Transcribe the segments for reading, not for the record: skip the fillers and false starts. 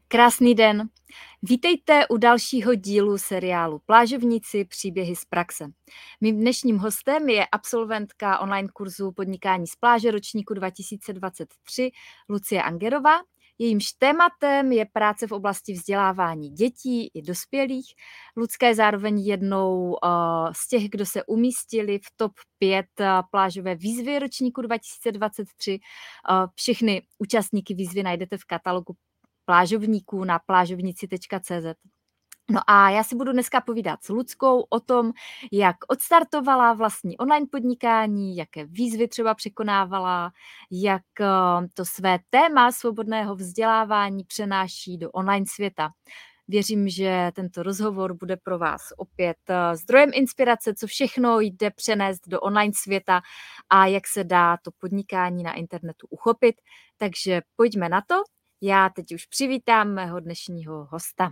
Krásný den. Vítejte u dalšího dílu seriálu Plážovníci příběhy z praxe. Mým dnešním hostem je absolventka online kurzu Podnikání z pláže ročníku 2023 Lucie Angerová. Jejímž tématem je práce v oblasti vzdělávání dětí i dospělých. Lucka je zároveň jednou z těch, kdo se umístili v top 5 plážové výzvy ročníku 2023. Všechny účastníky výzvy najdete v katalogu plážovníků na plážovníci.cz. No a já si budu dneska povídat s Luckou o tom, jak odstartovala vlastní online podnikání, jaké výzvy třeba překonávala, jak to své téma svobodného vzdělávání přenáší do online světa. Věřím, že tento rozhovor bude pro vás opět zdrojem inspirace, co všechno jde přenést do online světa a jak se dá to podnikání na internetu uchopit. Takže pojďme na to. Já teď už přivítám mého dnešního hosta.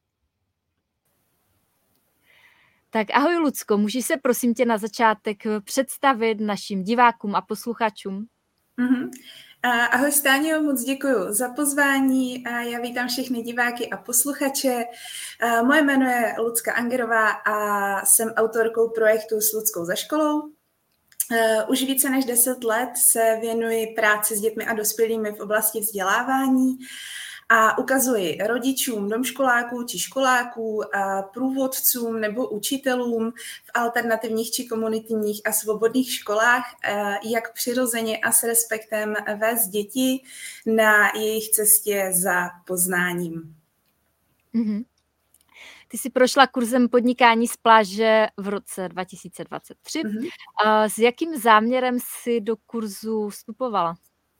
Tak ahoj Lucko, můžeš se prosím tě na začátek představit našim divákům a posluchačům? Ahoj Stáňo, moc děkuji za pozvání a já vítám všechny diváky a posluchače. Moje jméno je Lucka Angerová a jsem autorkou projektu S Luckou za školou. Už více než 10 let se věnuji práci s dětmi a dospělými v oblasti vzdělávání a ukazuji rodičům, domškoláků či školáků, průvodcům nebo učitelům v alternativních či komunitních a svobodných školách, jak přirozeně a s respektem vést děti na jejich cestě za poznáním. Mm-hmm. Ty jsi prošla kurzem podnikání z pláže v roce 2023. Mm-hmm. S jakým záměrem jsi do kurzu vstupovala?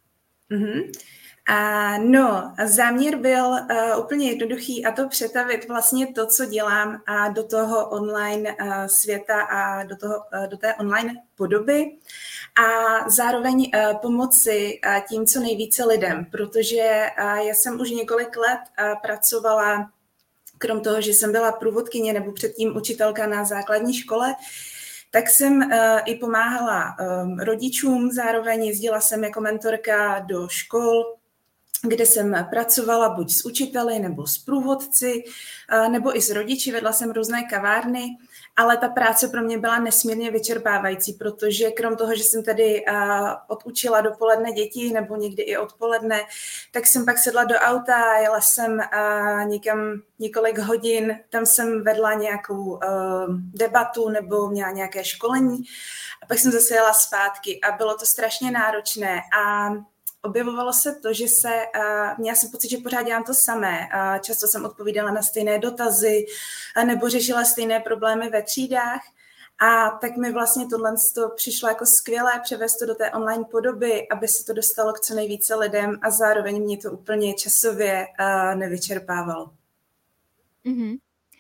Záměr byl úplně jednoduchý a to přetavit vlastně to, co dělám do toho online světa a do té online podoby a zároveň pomoci tím co nejvíce lidem, protože já jsem už několik let pracovala, krom toho, že jsem byla průvodkyně nebo předtím učitelka na základní škole, tak jsem i pomáhala rodičům, zároveň jezdila jsem jako mentorka do škol, kde jsem pracovala buď s učiteli nebo s průvodci, nebo i s rodiči, vedla jsem různé kavárny, ale ta práce pro mě byla nesmírně vyčerpávající, protože krom toho, že jsem tady odučila dopoledne děti nebo někdy i odpoledne, tak jsem pak sedla do auta, jela jsem někam několik hodin, tam jsem vedla nějakou debatu nebo měla nějaké školení a pak jsem zase jela zpátky a bylo to strašně náročné a objevovalo se to, že měla jsem pocit, že pořád dělám to samé. Často jsem odpovídala na stejné dotazy nebo řešila stejné problémy ve třídách. A tak mi vlastně tohle přišlo jako skvělé převést to do té online podoby, aby se to dostalo k co nejvíce lidem a zároveň mě to úplně časově nevyčerpávalo. Mm-hmm.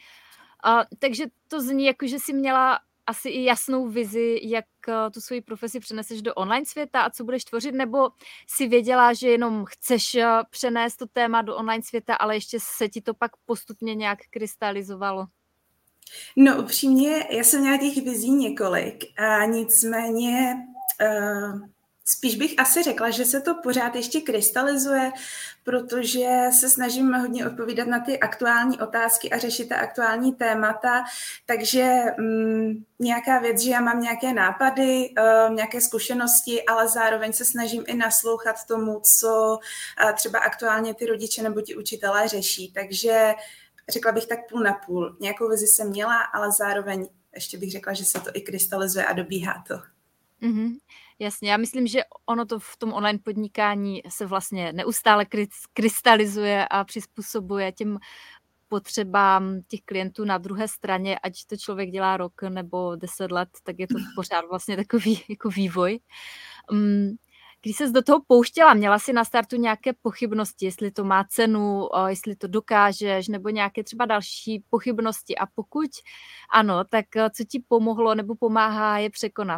Takže to zní jako, že jsi měla asi i jasnou vizi, jak tu svoji profesi přeneseš do online světa a co budeš tvořit, nebo si věděla, že jenom chceš přenést to téma do online světa, ale ještě se ti to pak postupně nějak krystalizovalo? No upřímně, já jsem měla těch vizí několik a nicméně spíš bych asi řekla, že se to pořád ještě krystalizuje, protože se snažím hodně odpovídat na ty aktuální otázky a řešit ta aktuální témata, takže nějaká věc, že já mám nějaké nápady, nějaké zkušenosti, ale zároveň se snažím i naslouchat tomu, co třeba aktuálně ty rodiče nebo ti učitelé řeší, takže řekla bych tak půl na půl. Nějakou vizi jsem měla, ale zároveň ještě bych řekla, že se to i krystalizuje a dobíhá to. Mm-hmm. Jasně, já myslím, že ono to v tom online podnikání se vlastně neustále krystalizuje a přizpůsobuje těm potřebám těch klientů na druhé straně, ať to člověk dělá rok nebo 10 let, tak je to pořád vlastně takový jako vývoj. Když ses do toho pouštěla, měla jsi na startu nějaké pochybnosti, jestli to má cenu, jestli to dokážeš, nebo nějaké třeba další pochybnosti a pokud ano, tak co ti pomohlo nebo pomáhá je překonat?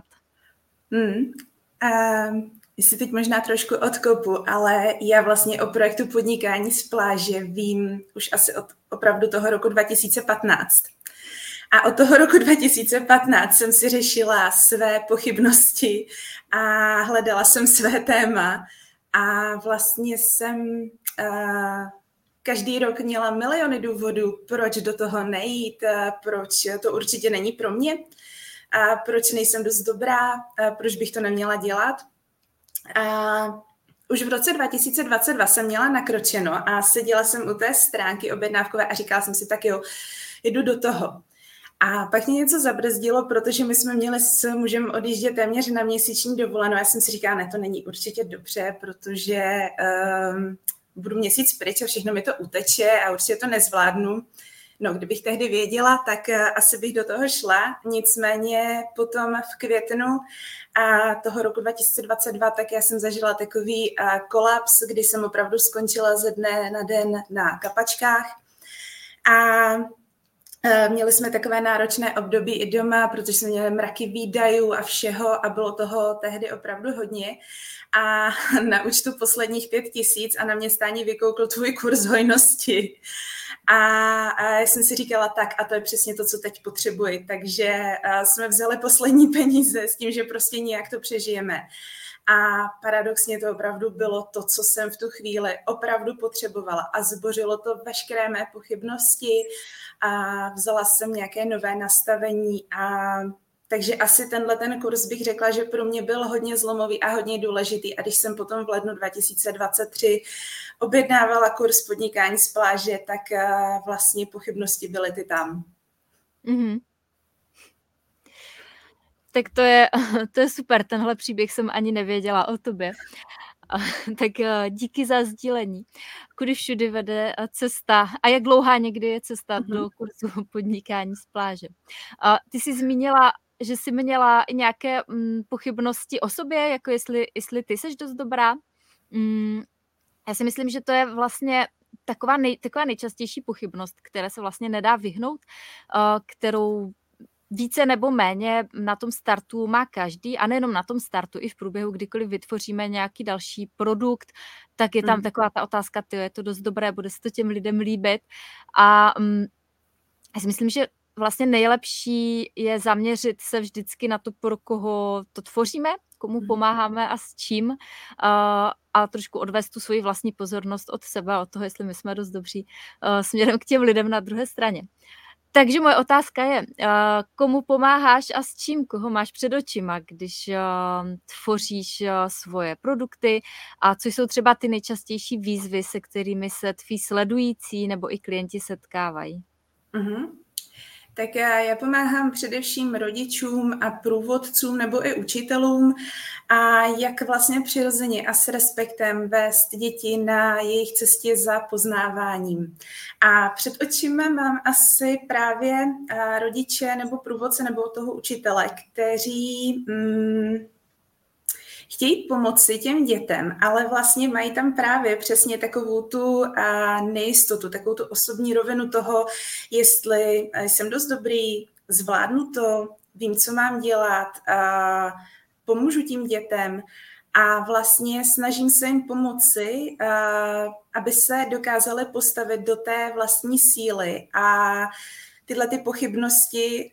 Jestli teď možná trošku odkopu, ale já vlastně o projektu Podnikání z pláže vím už asi od opravdu toho roku 2015. A od toho roku 2015 jsem si řešila své pochybnosti a hledala jsem své téma. A vlastně jsem každý rok měla miliony důvodů, proč do toho nejít, proč to určitě není pro mě, a proč nejsem dost dobrá, proč bych to neměla dělat. A už v roce 2022 jsem měla nakročeno a seděla jsem u té stránky objednávkové a říkala jsem si, tak jo, jdu do toho. A pak mě něco zabrzdilo, protože my jsme měli s mužem odjíždět téměř na měsíční dovolenou. Já jsem si říkala, ne, to není určitě dobře, protože budu měsíc pryč a všechno mi to uteče a určitě to nezvládnu. No, kdybych tehdy věděla, tak asi bych do toho šla. Nicméně potom v květnu a toho roku 2022, tak já jsem zažila takový kolaps, kdy jsem opravdu skončila ze dne na den na kapačkách. A měli jsme takové náročné období i doma, protože jsme měli mraky výdajů a všeho a bylo toho tehdy opravdu hodně. A na účtu posledních 5 000 a na mě stání vykoukl tvůj kurz hojnosti. A já jsem si říkala tak, a to je přesně to, co teď potřebuji. Takže jsme vzali poslední peníze s tím, že prostě nějak to přežijeme. A paradoxně to opravdu bylo to, co jsem v tu chvíli opravdu potřebovala. A zbořilo to veškeré mé pochybnosti a vzala jsem nějaké nové nastavení. Takže asi ten kurz bych řekla, že pro mě byl hodně zlomový a hodně důležitý. A když jsem potom v lednu 2023 objednávala kurz podnikání z pláže, tak vlastně pochybnosti byly ty tam. Mm-hmm. Tak to je super, tenhle příběh jsem ani nevěděla o tobě. Tak díky za sdílení. Kudy všudy vede cesta a jak dlouhá někdy je cesta do kurzu podnikání z pláže. Ty jsi zmínila, že jsi měla i nějaké pochybnosti o sobě, jako jestli ty seš dost dobrá. Já si myslím, že to je vlastně taková nejčastější pochybnost, které se vlastně nedá vyhnout, kterou více nebo méně na tom startu má každý a nejenom na tom startu, i v průběhu, kdykoliv vytvoříme nějaký další produkt, tak je tam taková ta otázka, je to dost dobré, bude se to těm lidem líbit a já si myslím, že vlastně nejlepší je zaměřit se vždycky na to, pro koho to tvoříme, komu pomáháme a s čím a trošku odvést tu svoji vlastní pozornost od sebe, od toho, jestli my jsme dost dobří směrem k těm lidem na druhé straně. Takže moje otázka je, komu pomáháš a s čím, koho máš před očima, když tvoříš svoje produkty a co jsou třeba ty nejčastější výzvy, se kterými se tví sledující nebo i klienti setkávají? Tak já pomáhám především rodičům a průvodcům nebo i učitelům a jak vlastně přirozeně a s respektem vést děti na jejich cestě za poznáváním. A před očima mám asi právě rodiče nebo průvodce nebo toho učitele, kteří chtějí pomoci těm dětem, ale vlastně mají tam právě přesně takovou tu nejistotu, takovou tu osobní rovinu toho, jestli jsem dost dobrý, zvládnu to, vím, co mám dělat, pomůžu tím dětem a vlastně snažím se jim pomoci, aby se dokázali postavit do té vlastní síly a tyhle ty pochybnosti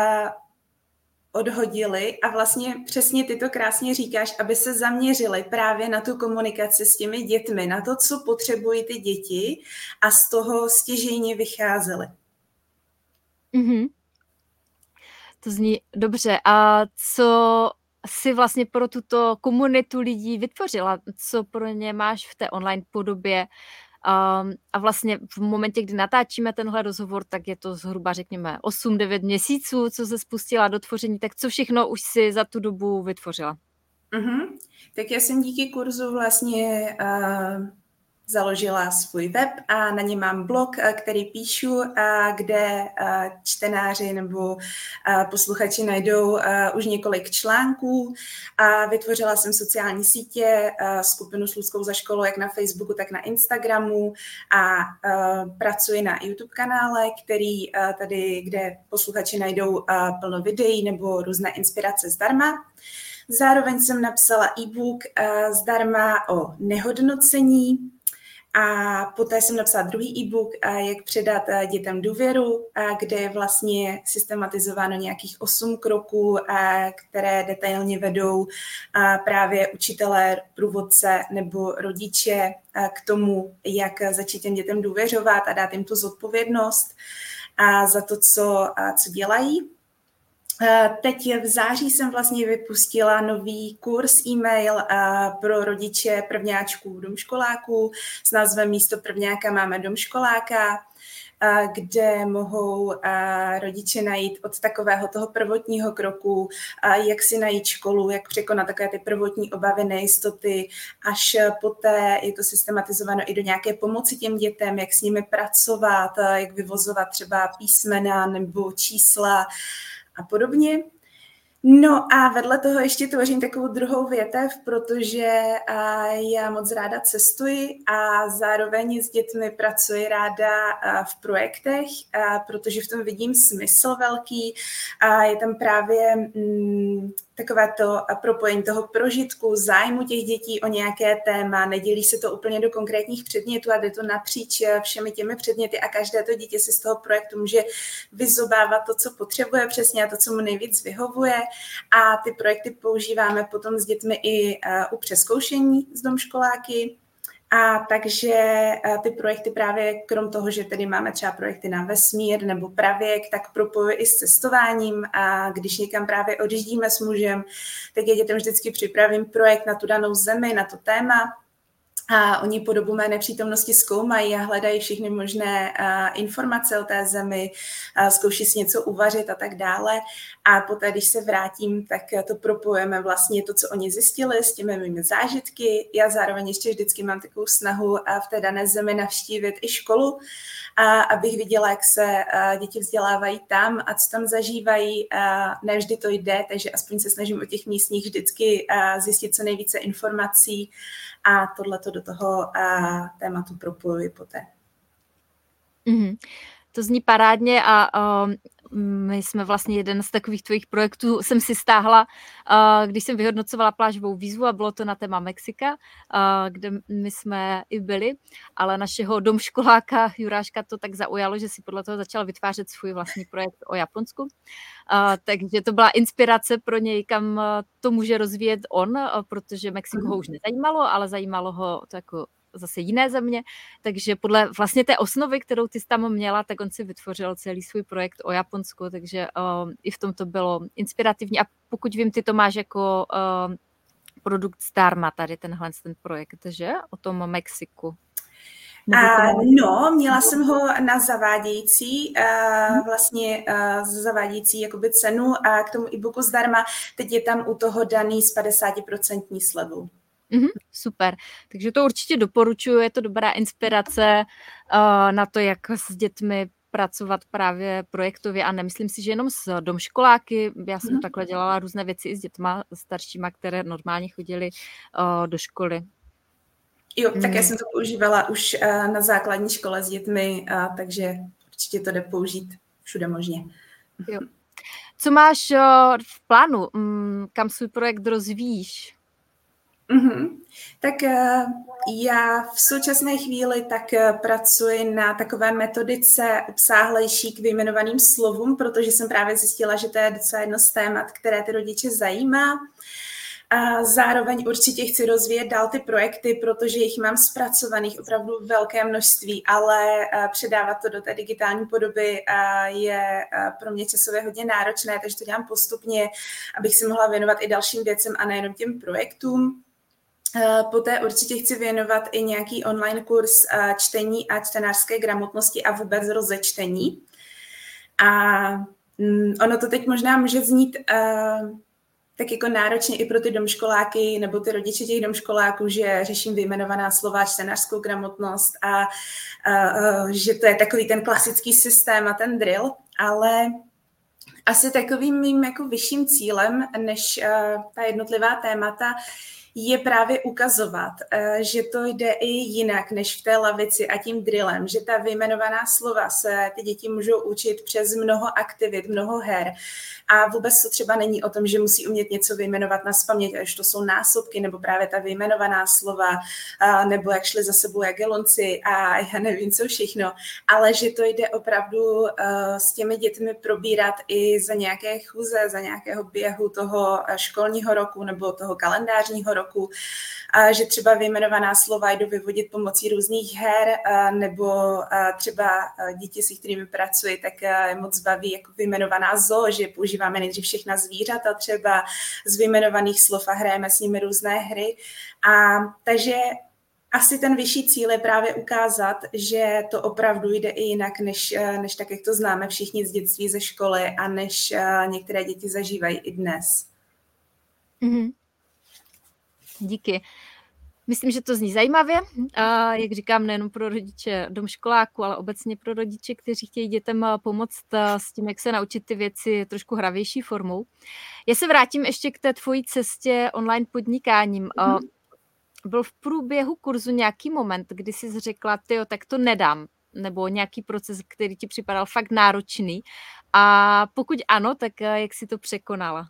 odhodili a vlastně přesně ty to krásně říkáš, aby se zaměřili právě na tu komunikaci s těmi dětmi, na to, co potřebují ty děti a z toho stěžejně vycházeli. To zní dobře. A co jsi vlastně pro tuto komunitu lidí vytvořila? Co pro ně máš v té online podobě? A vlastně v momentě, kdy natáčíme tenhle rozhovor, tak je to zhruba, řekněme, 8-9 měsíců, co se spustila do tvoření, tak co všechno už si za tu dobu vytvořila? Tak já jsem díky kurzu vlastně založila svůj web a na něm mám blog, který píšu, kde čtenáři nebo posluchači najdou už několik článků. A vytvořila jsem sociální sítě, skupinu s Ludskou za školou, jak na Facebooku, tak na Instagramu a pracuji na YouTube kanále, který tady, kde posluchači najdou plno videí nebo různé inspirace zdarma. Zároveň jsem napsala e-book zdarma o nehodnocení, A poté jsem napsala druhý e-book, jak předat dětem důvěru, kde je vlastně systematizováno nějakých 8 kroků, které detailně vedou právě učitelé, průvodce nebo rodiče k tomu, jak začít těm dětem důvěřovat a dát jim tu zodpovědnost za to, co dělají. Teď v září jsem vlastně vypustila nový kurz e-mail pro rodiče prvňáčků, domškoláků s názvem Místo prvňáka máme domškoláka, kde mohou rodiče najít od takového toho prvotního kroku, jak si najít školu, jak překonat takové ty prvotní obavy, nejistoty, až poté je to systematizováno i do nějaké pomoci těm dětem, jak s nimi pracovat, jak vyvozovat třeba písmena nebo čísla a podobně. No a vedle toho ještě tvořím takovou druhou větev, protože já moc ráda cestuji a zároveň s dětmi pracuji ráda v projektech, protože v tom vidím smysl velký a je tam právě takové to propojení toho prožitku, zájmu těch dětí o nějaké téma, nedělí se to úplně do konkrétních předmětů a jde to napříč všemi těmi předměty a každé to dítě si z toho projektu může vyzobávat to, co potřebuje přesně a to, co mu nejvíc vyhovuje. A ty projekty používáme potom s dětmi i u přezkoušení s domškoláky. A takže ty projekty právě krom toho, že tedy máme třeba projekty na vesmír nebo pravěk, tak propojuji i s cestováním a když někam právě odjíždíme s mužem, tak je dětem vždycky připravím projekt na tu danou zemi, na to téma. A oni po dobu mé nepřítomnosti zkoumají a hledají všechny možné informace o té zemi, zkouší si něco uvařit a tak dále. A poté, když se vrátím, tak to propojujeme vlastně to, co oni zjistili s těmi mými zážitky. Já zároveň ještě vždycky mám takovou snahu v té dané zemi navštívit i školu, abych viděla, jak se děti vzdělávají tam a co tam zažívají. Ne vždy to jde, takže aspoň se snažím o těch místních vždycky zjistit co nejvíce informací a tohleto do toho tématu propojuji poté. Mm-hmm. To zní parádně a my jsme vlastně jeden z takových tvojich projektů jsem si stáhla, když jsem vyhodnocovala plážovou výzvu a bylo to na téma Mexika, kde my jsme i byli, ale našeho domškoláka Juráška to tak zaujalo, že si podle toho začal vytvářet svůj vlastní projekt o Japonsku. Takže to byla inspirace pro něj, kam to může rozvíjet on, protože Mexiko ho už nezajímalo, ale zajímalo ho to jako zase jiné země, takže podle vlastně té osnovy, kterou ty jsi tam měla, tak on si vytvořil celý svůj projekt o Japonsku, takže i v tom to bylo inspirativní a pokud vím, ty to máš jako produkt zdarma, tady ten projekt, že? O tom Mexiku. No, měla jsem ho na zavádějící, vlastně zavádějící jakoby cenu a k tomu e-booku zdarma, teď je tam u toho daný s 50% slevou. Super, takže to určitě doporučuji, je to dobrá inspirace na to, jak s dětmi pracovat právě projektově a nemyslím si, že jenom s domškoláky, já jsem takhle dělala různé věci i s dětma staršíma, které normálně chodili do školy. Jo, také jsem to používala už na základní škole s dětmi, takže určitě to jde použít všude možně. Jo. Co máš v plánu, kam svůj projekt rozvíjíš? Tak já v současné chvíli tak pracuji na takové metodice obsáhlejší k vyjmenovaným slovům, protože jsem právě zjistila, že to je docela jedno z témat, které ty rodiče zajímá. A zároveň určitě chci rozvíjet dál ty projekty, protože jich mám zpracovaných opravdu velké množství, ale předávat to do té digitální podoby je pro mě časově hodně náročné, takže to dělám postupně, abych se mohla věnovat i dalším věcem a nejenom těm projektům. Poté určitě chci věnovat i nějaký online kurz čtení a čtenářské gramotnosti a vůbec rozečtení. A ono to teď možná může znít tak jako náročně i pro ty domškoláky nebo ty rodiče těch domškoláků, že řeším vyjmenovaná slova, čtenářskou gramotnost a že to je takový ten klasický systém a ten drill, ale asi takovým mým jako vyšším cílem než ta jednotlivá témata je právě ukazovat, že to jde i jinak než v té lavici a tím drillem, že ta vyjmenovaná slova se ty děti můžou učit přes mnoho aktivit, mnoho her a vůbec to třeba není o tom, že musí umět něco vyjmenovat nazpaměť, až to jsou násobky nebo právě ta vyjmenovaná slova, nebo jak šli za sebou jagelonci a já nevím co všechno, ale že to jde opravdu s těmi dětmi probírat i za nějaké chůze, za nějakého běhu toho školního roku nebo toho kalendářního roku, že třeba vyjmenovaná slova jdu vyvodit pomocí různých her, nebo třeba děti, se kterými pracuji, tak moc baví jako vyjmenovaná zoo, že používáme nejdřív všechna zvířata třeba z vyjmenovaných slov a hrajeme s nimi různé hry. Takže asi ten vyšší cíl je právě ukázat, že to opravdu jde i jinak, než tak, jak to známe všichni z dětství, ze školy a než některé děti zažívají i dnes. Mm-hmm. Díky. Myslím, že to zní zajímavě, jak říkám, nejenom pro rodiče domškoláků, ale obecně pro rodiče, kteří chtějí dětem pomoct s tím, jak se naučit ty věci trošku hravější formou. Já se vrátím ještě k té tvojí cestě online podnikáním. Byl v průběhu kurzu nějaký moment, kdy jsi řekla, tyjo, tak to nedám, nebo nějaký proces, který ti připadal fakt náročný, a pokud ano, tak jak jsi to překonala?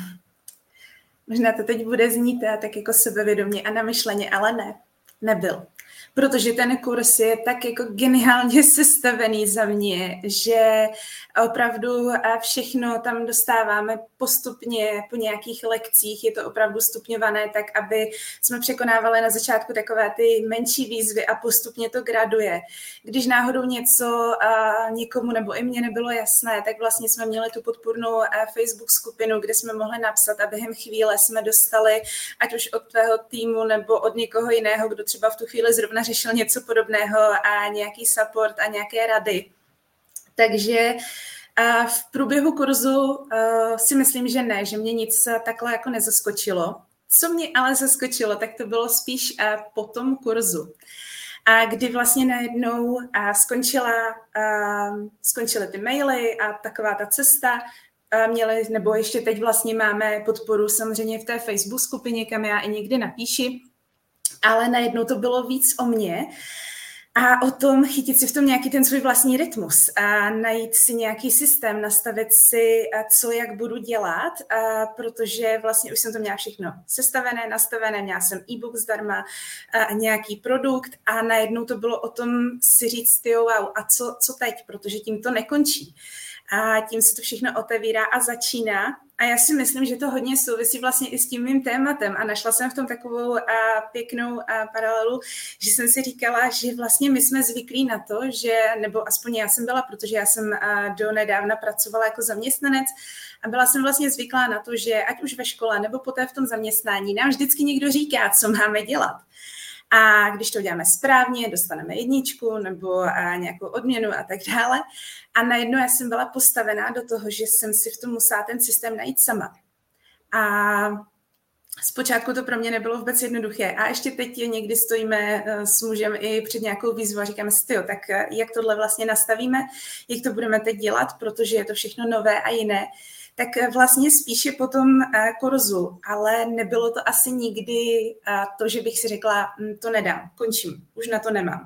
Možná to teď bude znít tak jako sebevědomě a namyšleně, ale ne, nebyl. Protože ten kurz je tak jako geniálně sestavený za mě, že opravdu všechno tam dostáváme postupně po nějakých lekcích, je to opravdu stupňované tak, aby jsme překonávali na začátku takové ty menší výzvy a postupně to graduje. Když náhodou něco někomu nebo i mně nebylo jasné, tak vlastně jsme měli tu podpůrnou Facebook skupinu, kde jsme mohli napsat a během chvíle jsme dostali, ať už od tvého týmu nebo od někoho jiného, kdo třeba v tu chvíli zrovna řešil něco podobného a nějaký support a nějaké rady. Takže v průběhu kurzu si myslím, že ne, že mě nic takhle jako nezaskočilo. Co mě ale zaskočilo, tak to bylo spíš po tom kurzu. A kdy vlastně najednou skončily ty maily a taková ta cesta, měli, nebo ještě teď vlastně máme podporu samozřejmě v té Facebook skupině, kam já i někdy napíši, ale najednou to bylo víc o mně a o tom chytit si v tom nějaký ten svůj vlastní rytmus a najít si nějaký systém, nastavit si, co jak budu dělat, protože vlastně už jsem to měla všechno sestavené, nastavené, měla jsem e-book zdarma, nějaký produkt a najednou to bylo o tom si říct, wow, a co teď, protože tím to nekončí. A tím se to všechno otevírá a začíná. A já si myslím, že to hodně souvisí vlastně i s tím mým tématem. A našla jsem v tom takovou pěknou paralelu, že jsem si říkala, že vlastně my jsme zvyklí na to, že, nebo aspoň já jsem byla, protože já jsem do nedávna pracovala jako zaměstnanec a byla jsem vlastně zvyklá na to, že ať už ve škole nebo poté v tom zaměstnání nám vždycky někdo říká, co máme dělat. A když to děláme správně, dostaneme 1 nebo nějakou odměnu a tak dále. A najednou já jsem byla postavená do toho, že jsem si v tom musela ten systém najít sama. A zpočátku to pro mě nebylo vůbec jednoduché. A ještě teď někdy stojíme s mužem i před nějakou výzvou a říkáme si, tak jak tohle vlastně nastavíme, jak to budeme teď dělat, protože je to všechno nové a jiné. Tak vlastně spíše po tom kurzu, ale nebylo to asi nikdy to, že bych si řekla, to nedám, končím, už na to nemám.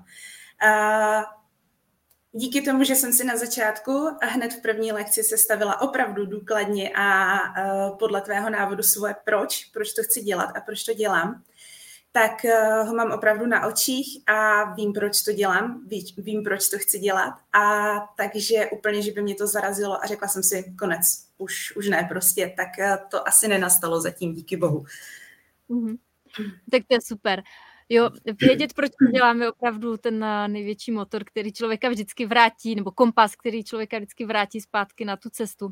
Díky tomu, že jsem si na začátku a hned v první lekci sestavila opravdu důkladně a podle tvého návodu svoje proč to chci dělat a proč to dělám, tak ho mám opravdu na očích a vím, proč to dělám, vím, proč to chci dělat a takže úplně, že by mě to zarazilo a řekla jsem si, konec, už ne prostě, tak to asi nenastalo zatím, díky bohu. Mm-hmm. Tak to je super. Jo, vědět, proč to děláme, je opravdu ten největší motor, který člověka vždycky vrátí, nebo kompas, který člověka vždycky vrátí zpátky na tu cestu.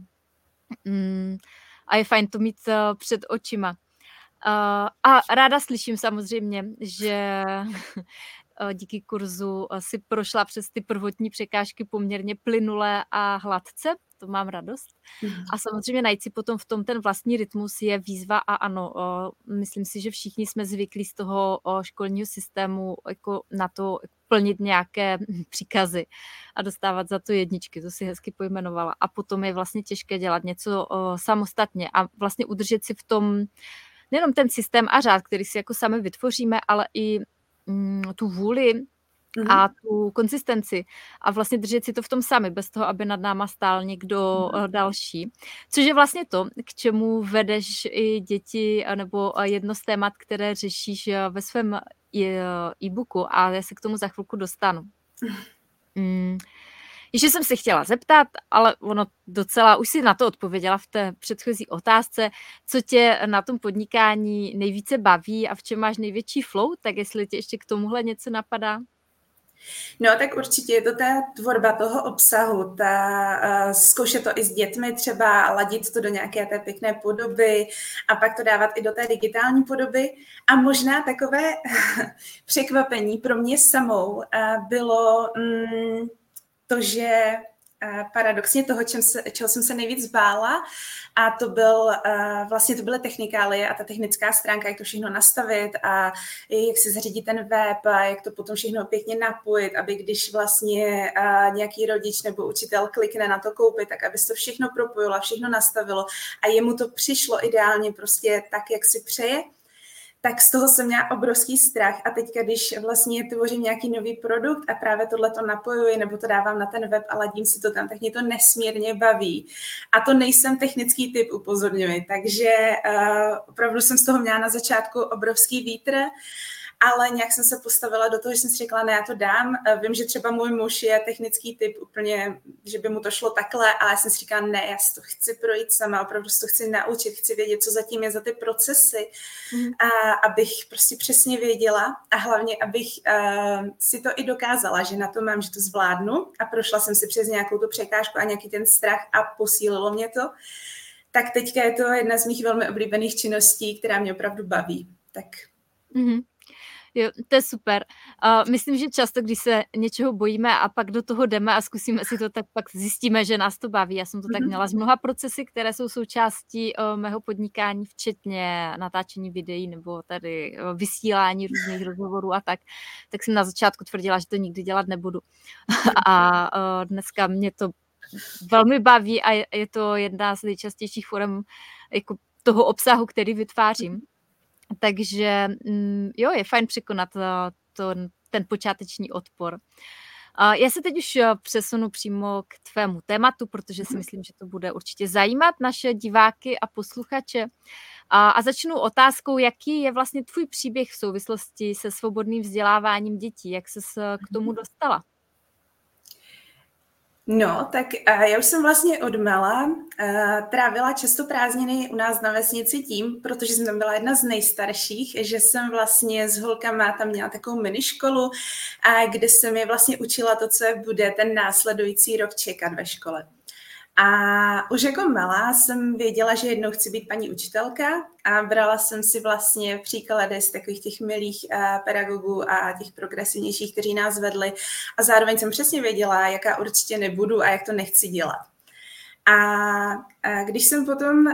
A je fajn to mít před očima. A ráda slyším samozřejmě, že díky kurzu si prošla přes ty prvotní překážky poměrně plynule a hladce. To mám radost. A samozřejmě najít si potom v tom ten vlastní rytmus je výzva a ano, myslím si, že všichni jsme zvyklí z toho školního systému jako na to plnit nějaké příkazy a dostávat za to 1, to si hezky pojmenovala. A potom je vlastně těžké dělat něco samostatně a vlastně udržet si v tom nejenom ten systém a řád, který si jako sami vytvoříme, ale i tu vůli a tu konzistenci a vlastně držet si to v tom sami, bez toho, aby nad náma stál někdo další. Což je vlastně to, k čemu vedeš i děti, nebo jedno z témat, které řešíš ve svém e-booku, a já se k tomu za chvilku dostanu. Ještě jsem se chtěla zeptat, ale ono docela, už si na to odpověděla v té předchozí otázce, co tě na tom podnikání nejvíce baví a v čem máš největší flow, tak jestli tě ještě k tomuhle něco napadá? No, tak určitě je to ta tvorba toho obsahu, zkoušet to i s dětmi třeba, ladit to do nějaké té pěkné podoby a pak to dávat i do té digitální podoby. A možná takové překvapení pro mě samou bylo to, že paradoxně toho, čeho jsem se nejvíc bála, a to byly technikálie a ta technická stránka, jak to všechno nastavit a jak si zařídit ten web a jak to potom všechno pěkně napojit, aby když vlastně nějaký rodič nebo učitel klikne na to koupit, tak aby se to všechno propojilo, všechno nastavilo a jemu to přišlo ideálně prostě tak, jak si přeje. Tak z toho jsem měla obrovský strach a teďka, když vlastně tvořím nějaký nový produkt a právě tohleto napojuji nebo to dávám na ten web a ladím si to tam, tak mě to nesmírně baví. A to nejsem technický typ, upozorňuji, takže opravdu jsem z toho měla na začátku obrovský vítr, ale nějak jsem se postavila do toho, že jsem si řekla, ne, já to dám. Vím, že třeba můj muž je technický typ úplně, že by mu to šlo takhle, ale já jsem si říkala, ne, já si to chci projít sama, opravdu si to chci naučit, chci vědět, co zatím je za ty procesy, abych prostě přesně věděla a hlavně, abych si to i dokázala, že na to mám, že to zvládnu a prošla jsem si přes nějakou tu překážku a nějaký ten strach a posílilo mě to. Tak teďka je to jedna z mých velmi oblíbených činností, která mě opravdu baví. Tak. Jo, to je super. Myslím, že často, když se něčeho bojíme a pak do toho jdeme a zkusíme si to, tak pak zjistíme, že nás to baví. Já jsem to tak měla z mnoha procesy, které jsou součástí mého podnikání, včetně natáčení videí nebo tady vysílání různých rozhovorů a tak jsem na začátku tvrdila, že to nikdy dělat nebudu. A dneska mě to velmi baví a je to jedna z nejčastějších forem jako toho obsahu, který vytvářím. Takže jo, je fajn překonat ten počáteční odpor. Já se teď už přesunu přímo k tvému tématu, protože si myslím, že to bude určitě zajímat naše diváky a posluchače. A začnu otázkou, jaký je vlastně tvůj příběh v souvislosti se svobodným vzděláváním dětí? Jak ses k tomu dostala? No, tak já už jsem vlastně odmala trávila často prázdniny u nás na vesnici tím, protože jsem tam byla jedna z nejstarších, že jsem vlastně s holkama tam měla takovou miniškolu, kde jsem je vlastně učila to, co je bude ten následující rok čekat ve škole. A už jako malá jsem věděla, že jednou chci být paní učitelka a brala jsem si vlastně příklady z takových těch milých pedagogů a těch progresivnějších, kteří nás vedli a zároveň jsem přesně věděla, jaká určitě nebudu a jak to nechci dělat. A když jsem potom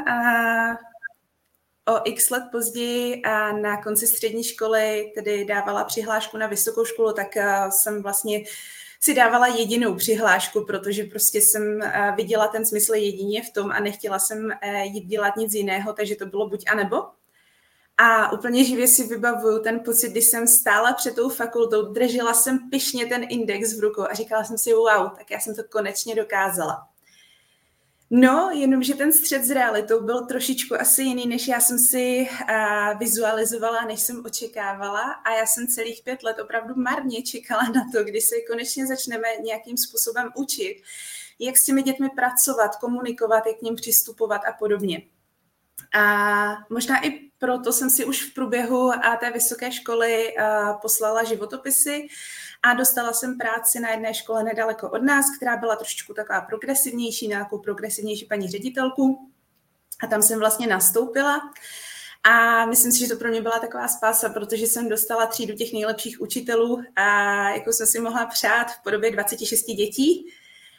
o x let později na konci střední školy tedy dávala přihlášku na vysokou školu, tak jsem vlastně si dávala jedinou přihlášku, protože prostě jsem viděla ten smysl jedině v tom a nechtěla jsem jít dělat nic jiného, takže to bylo buď a nebo. A úplně živě si vybavuju ten pocit, když jsem stála před tou fakultou, držela jsem pyšně ten index v rukou a říkala jsem si, wow, tak já jsem to konečně dokázala. No, jenomže ten střet s realitou byl trošičku asi jiný, než já jsem si vizualizovala, než jsem očekávala a já jsem celých 5 let opravdu marně čekala na to, kdy se konečně začneme nějakým způsobem učit, jak s těmi dětmi pracovat, komunikovat, jak k nim přistupovat a podobně. A možná i proto jsem si už v průběhu té vysoké školy poslala životopisy a dostala jsem práci na jedné škole nedaleko od nás, která byla trošičku taková progresivnější, nějakou progresivnější paní ředitelku. A tam jsem vlastně nastoupila. A myslím si, že to pro mě byla taková spása, protože jsem dostala třídu těch nejlepších učitelů, a jakou jsem si mohla přát v podobě 26 dětí.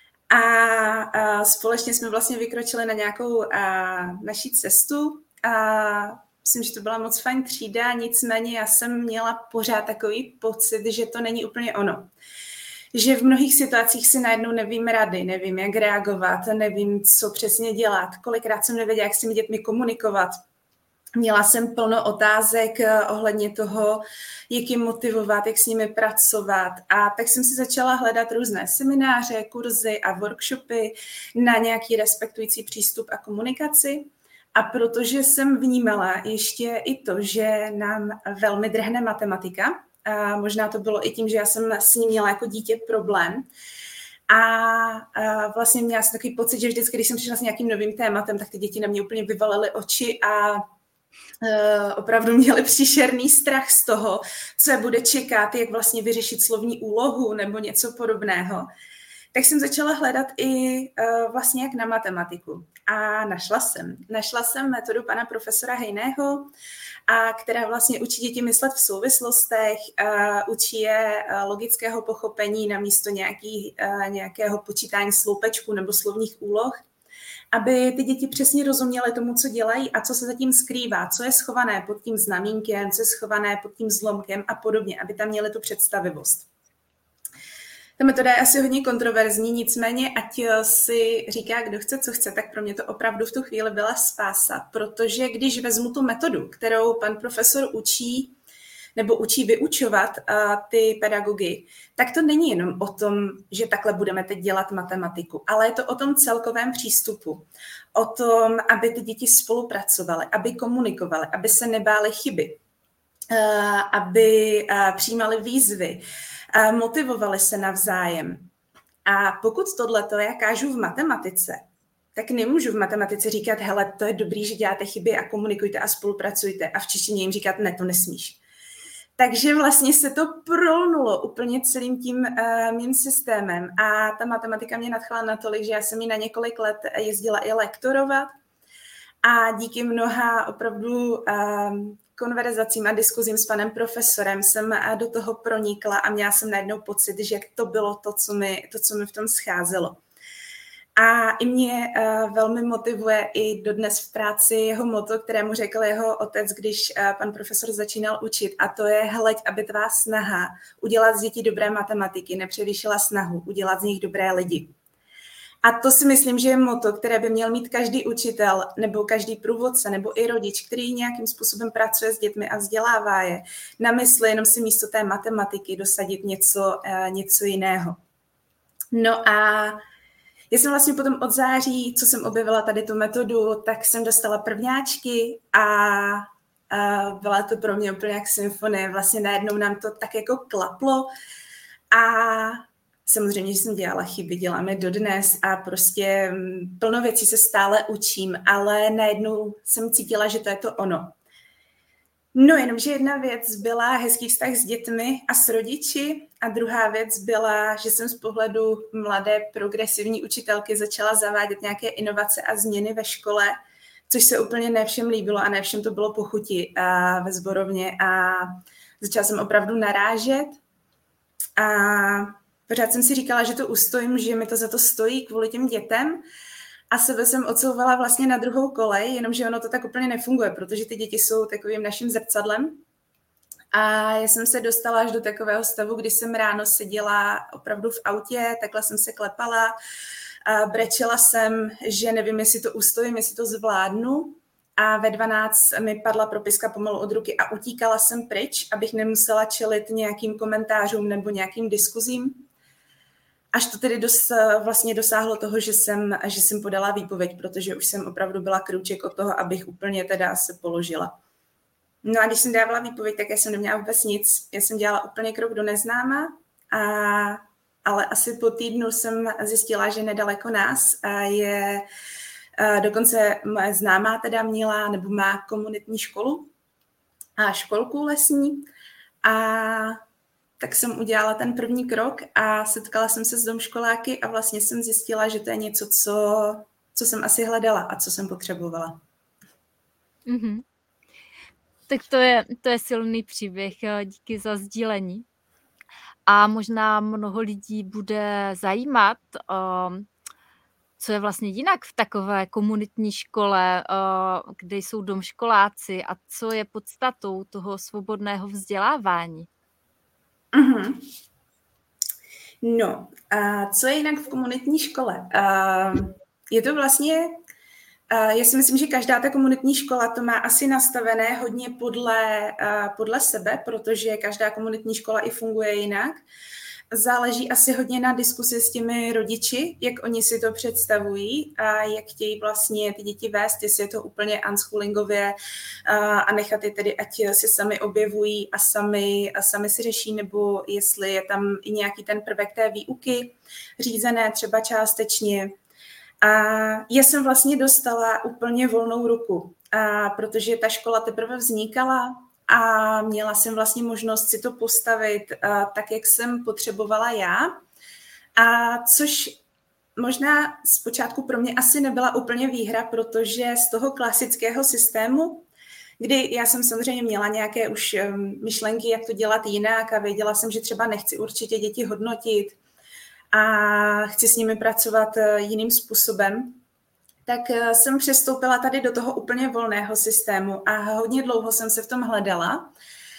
A společně jsme vlastně vykročili na nějakou naší cestu a myslím, že to byla moc fajn třída, nicméně já jsem měla pořád takový pocit, že to není úplně ono. Že v mnohých situacích si najednou nevím rady, nevím, jak reagovat, nevím, co přesně dělat. Kolikrát jsem nevěděla, jak s těmi dětmi komunikovat. Měla jsem plno otázek ohledně toho, jak je motivovat, jak s nimi pracovat. A tak jsem si začala hledat různé semináře, kurzy a workshopy na nějaký respektující přístup a komunikaci. A protože jsem vnímala ještě i to, že nám velmi drhne matematika, a možná to bylo i tím, že já jsem s ní měla jako dítě problém, a vlastně měla jsem takový pocit, že vždycky, když jsem přišla s nějakým novým tématem, tak ty děti na mě úplně vyvalily oči a opravdu měli příšerný strach z toho, co je bude čekat, jak vlastně vyřešit slovní úlohu nebo něco podobného. Tak jsem začala hledat i vlastně jak na matematiku. A našla jsem metodu pana profesora Hejného, která vlastně učí děti myslet v souvislostech, učí je logického pochopení namísto nějakého počítání sloupečků nebo slovních úloh, aby ty děti přesně rozuměly tomu, co dělají a co se zatím skrývá, co je schované pod tím znamínkem, co je schované pod tím zlomkem a podobně, aby tam měli tu představivost. Ta metoda je asi hodně kontroverzní, nicméně ať si říká, kdo chce, co chce, tak pro mě to opravdu v tu chvíli byla spása, protože když vezmu tu metodu, kterou pan profesor učí, nebo učí vyučovat ty pedagogy, tak to není jenom o tom, že takhle budeme teď dělat matematiku, ale je to o tom celkovém přístupu, o tom, aby ty děti spolupracovaly, aby komunikovaly, aby se nebály chyby, aby přijímali výzvy, motivovali se navzájem. A pokud tohleto já kážu v matematice, tak nemůžu v matematice říkat, hele, to je dobrý, že děláte chyby a komunikujte a spolupracujte, a v češtině jim říkat, ne, to nesmíš. Takže vlastně se to prolnulo úplně celým tím mým systémem a ta matematika mě nadchla natolik, že já jsem ji na několik let jezdila i lektorovat a díky mnoha opravdu konverzacím a diskuzím s panem profesorem jsem do toho pronikla a měla jsem najednou pocit, že to bylo to, co mi v tom scházelo. A i mě velmi motivuje i dodnes v práci jeho motto, kterému řekl jeho otec, když pan profesor začínal učit, a to je: hleď, aby tvá snaha udělat z dětí dobré matematiky nepřevýšila snahu udělat z nich dobré lidi. A to si myslím, že je motto, které by měl mít každý učitel nebo každý průvodce nebo i rodič, který nějakým způsobem pracuje s dětmi a vzdělává je, na mysli, jenom si místo té matematiky dosadit něco jiného. No a já jsem vlastně potom od září, co jsem objevila tady tu metodu, tak jsem dostala prvňáčky a byla to pro mě úplně jak symfonie. Vlastně najednou nám to tak jako klaplo a samozřejmě, že jsem dělala chyby, dělám je dodnes a prostě plno věcí se stále učím, ale najednou jsem cítila, že to je to ono. No, jenomže jedna věc byla hezký vztah s dětmi a s rodiči a druhá věc byla, že jsem z pohledu mladé progresivní učitelky začala zavádět nějaké inovace a změny ve škole, což se úplně ne všem líbilo a ne všem to bylo po chuti ve sborovně a začala jsem opravdu narážet a pořád jsem si říkala, že to ustojím, že mi to za to stojí kvůli těm dětem. A sebe jsem odsouvala vlastně na druhou kolej, jenomže ono to tak úplně nefunguje, protože ty děti jsou takovým naším zrcadlem. A já jsem se dostala až do takového stavu, kdy jsem ráno seděla opravdu v autě, takhle jsem se klepala, a brečela jsem, že nevím, jestli to ustojím, jestli to zvládnu. A ve 12 mi padla propiska pomalu od ruky a utíkala jsem pryč, abych nemusela čelit nějakým komentářům nebo nějakým diskuzím. Až to tedy vlastně dosáhlo toho, že jsem podala výpověď, protože už jsem opravdu byla krůček od toho, abych úplně teda se položila. No a když jsem dávala výpověď, tak já jsem neměla vůbec nic. Já jsem dělala úplně krok do neznáma, ale asi po týdnu jsem zjistila, že nedaleko nás je dokonce moje známá teda měla nebo má komunitní školu a školku lesní a tak jsem udělala ten první krok a setkala jsem se s domškoláky a vlastně jsem zjistila, že to je něco, co jsem asi hledala a co jsem potřebovala. Mm-hmm. Tak to je silný příběh, díky za sdílení. A možná mnoho lidí bude zajímat, co je vlastně jinak v takové komunitní škole, kde jsou domškoláci a co je podstatou toho svobodného vzdělávání. Mm-hmm. No, a co je jinak v komunitní škole? Je to vlastně Já si myslím, že každá ta komunitní škola to má asi nastavené hodně podle sebe, protože každá komunitní škola i funguje jinak. Záleží asi hodně na diskusi s těmi rodiči, jak oni si to představují a jak chtějí vlastně ty děti vést, jestli je to úplně unschoolingově a nechat je tedy, ať si sami objevují a sami si řeší, nebo jestli je tam i nějaký ten prvek té výuky řízené třeba částečně. A já jsem vlastně dostala úplně volnou ruku, protože ta škola teprve vznikala a měla jsem vlastně možnost si to postavit tak, jak jsem potřebovala já. A což možná zpočátku pro mě asi nebyla úplně výhra, protože z toho klasického systému, kdy já jsem samozřejmě měla nějaké už myšlenky, jak to dělat jinak a věděla jsem, že třeba nechci určitě děti hodnotit a chci s nimi pracovat jiným způsobem, tak jsem přestoupila tady do toho úplně volného systému a hodně dlouho jsem se v tom hledala.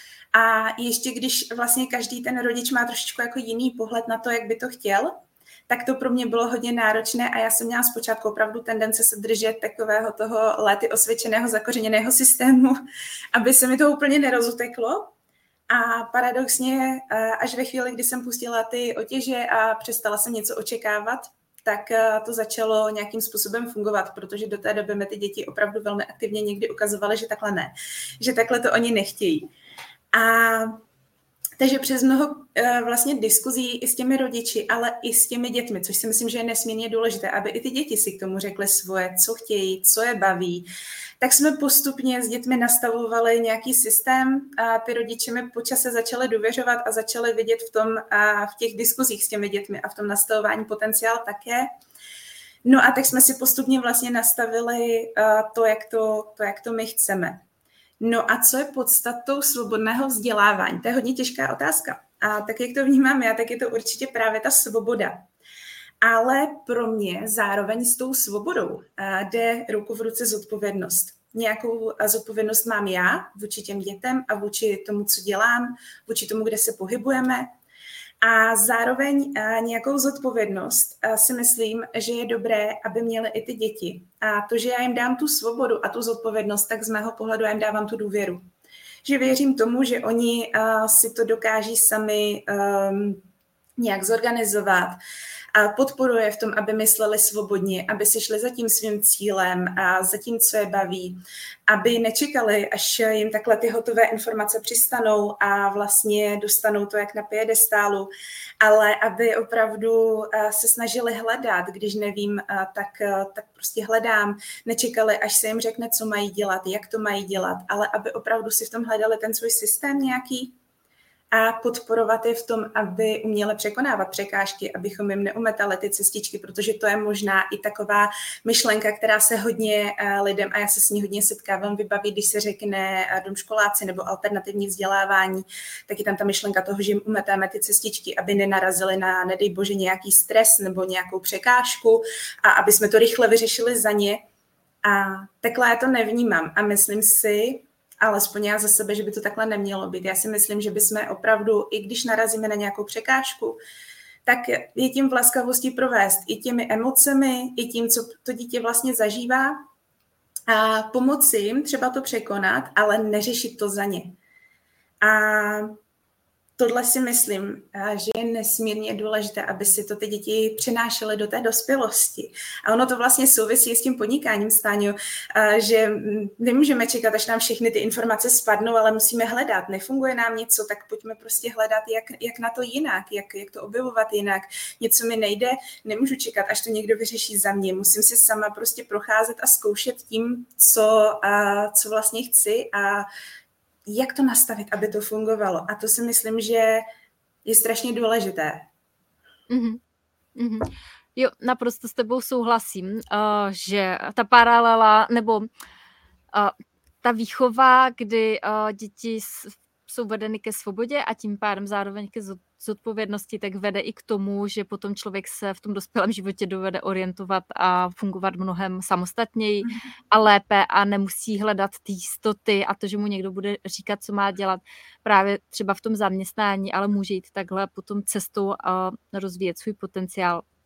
A ještě když vlastně každý ten rodič má trošičku jako jiný pohled na to, jak by to chtěl, tak to pro mě bylo hodně náročné a já jsem měla zpočátku opravdu tendence se držet takového toho léty osvědčeného, zakořeněného systému, aby se mi to úplně nerozuteklo. A paradoxně, až ve chvíli, kdy jsem pustila ty otěže a přestala jsem něco očekávat, tak to začalo nějakým způsobem fungovat, protože do té doby mi ty děti opravdu velmi aktivně někdy ukazovaly, že takhle ne, že takhle to oni nechtějí. A takže přes mnoho vlastně diskuzí i s těmi rodiči, ale i s těmi dětmi, což si myslím, že je nesmírně důležité, aby i ty děti si k tomu řekly svoje, co chtějí, co je baví, tak jsme postupně s dětmi nastavovali nějaký systém a ty rodiče mi po čase začaly důvěřovat a začaly vidět v těch diskuzích s těmi dětmi a v tom nastavování potenciál také. No a tak jsme si postupně vlastně nastavili to, jak to my chceme. No a co je podstatou svobodného vzdělávání? To je hodně těžká otázka. A tak, jak to vnímám já, tak je to určitě právě ta svoboda. Ale pro mě zároveň s tou svobodou jde ruku v ruce zodpovědnost. Nějakou zodpovědnost mám já vůči těm dětem a vůči tomu, co dělám, vůči tomu, kde se pohybujeme. A zároveň nějakou zodpovědnost si myslím, že je dobré, aby měly i ty děti. A to, že já jim dám tu svobodu a tu zodpovědnost, tak z mého pohledu já jim dávám tu důvěru. Že věřím tomu, že oni si to dokáží sami nějak zorganizovat a podporuje v tom, aby mysleli svobodně, aby si šli za tím svým cílem a za tím, co je baví, aby nečekali, až jim takhle ty hotové informace přistanou a vlastně dostanou to jak na piedestálu, ale aby opravdu se snažili hledat, když nevím, tak prostě hledám, nečekali, až se jim řekne, co mají dělat, jak to mají dělat, ale aby opravdu si v tom hledali ten svůj systém nějaký, a podporovat je v tom, aby uměli překonávat překážky, abychom jim neumetali ty cestičky, protože to je možná i taková myšlenka, která se hodně lidem, a já se s ní hodně setkávám, vybaví, když se řekne domškoláci nebo alternativní vzdělávání, tak je tam ta myšlenka toho, že jim umetáme ty cestičky, aby nenarazili na, nedej bože, nějaký stres nebo nějakou překážku a aby jsme to rychle vyřešili za ně. A takhle já to nevnímám a myslím si, alespoň já za sebe, že by to takhle nemělo být. Já si myslím, že bychom opravdu, i když narazíme na nějakou překážku, tak je tím v laskavosti provést i těmi emocemi, i tím, co to dítě vlastně zažívá a pomoci jim třeba to překonat, ale neřešit to za ně. A tohle si myslím, že je nesmírně důležité, aby si to ty děti přenášely do té dospělosti. A ono to vlastně souvisí s tím podnikáním, Stáňo, že nemůžeme čekat, až nám všechny ty informace spadnou, ale musíme hledat. Nefunguje nám něco, tak pojďme prostě hledat, jak na to jinak, jak to objevovat jinak. Něco mi nejde, nemůžu čekat, až to někdo vyřeší za mě. Musím si sama prostě procházet a zkoušet tím, co vlastně chci a jak to nastavit, aby to fungovalo. A to si myslím, že je strašně důležité. Mm-hmm. Mm-hmm. Jo, naprosto s tebou souhlasím, že ta paralela nebo ta výchova, kdy děti jsou vedeny ke svobodě a tím pádem zároveň ke zodpovědnosti, tak vede i k tomu, že potom člověk se v tom dospělém životě dovede orientovat a fungovat mnohem samostatněji a lépe a nemusí hledat ty jistoty a to, že mu někdo bude říkat, co má dělat právě třeba v tom zaměstnání, ale může jít takhle potom cestou a rozvíjet svůj potenciál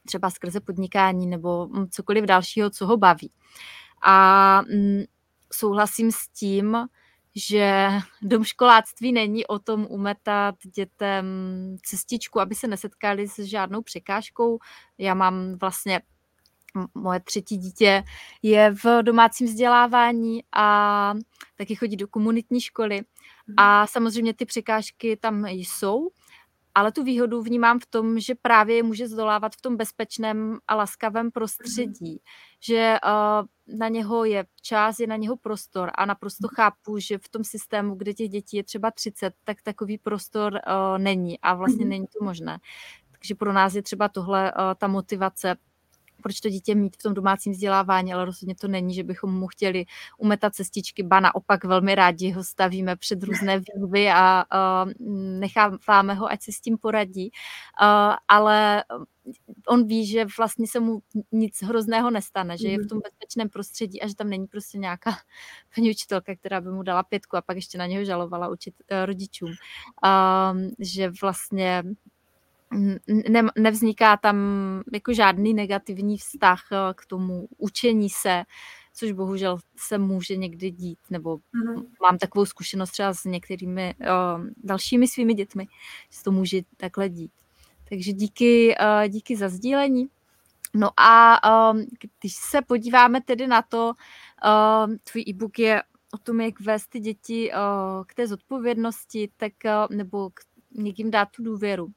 třeba skrze podnikání nebo cokoliv dalšího, co ho baví. A souhlasím s tím, že domškoláctví není o tom umetat dětem cestičku, aby se nesetkali s žádnou překážkou. Já mám vlastně moje 3. dítě je v domácím vzdělávání a taky chodí do komunitní školy. A samozřejmě ty překážky tam jsou, ale tu výhodu vnímám v tom, že právě je může zdolávat v tom bezpečném a laskavém prostředí, že na něho je čas, je na něho prostor a naprosto chápu, že v tom systému, kde těch dětí je třeba 30, tak takový prostor není a vlastně není to možné. Takže pro nás je třeba tohle ta motivace, proč to dítě mít v tom domácím vzdělávání, ale rozhodně to není, že bychom mu chtěli umetat cestičky, ba naopak velmi rádi ho stavíme před různé výzvy a necháváme ho, ať se s tím poradí, ale on ví, že vlastně se mu nic hrozného nestane, že je v tom bezpečném prostředí a že tam není prostě nějaká paní učitelka, která by mu dala 5 a pak ještě na něho žalovala rodičům. Že vlastně nevzniká tam jako žádný negativní vztah k tomu učení se, což bohužel se může někdy dít, nebo mám takovou zkušenost třeba s některými dalšími svými dětmi, že se to může takhle dít. Takže díky za sdílení. No a když se podíváme tedy na to, tvůj e-book je o tom, jak vést ty děti k té zodpovědnosti, tak nebo někým dát tu důvěru.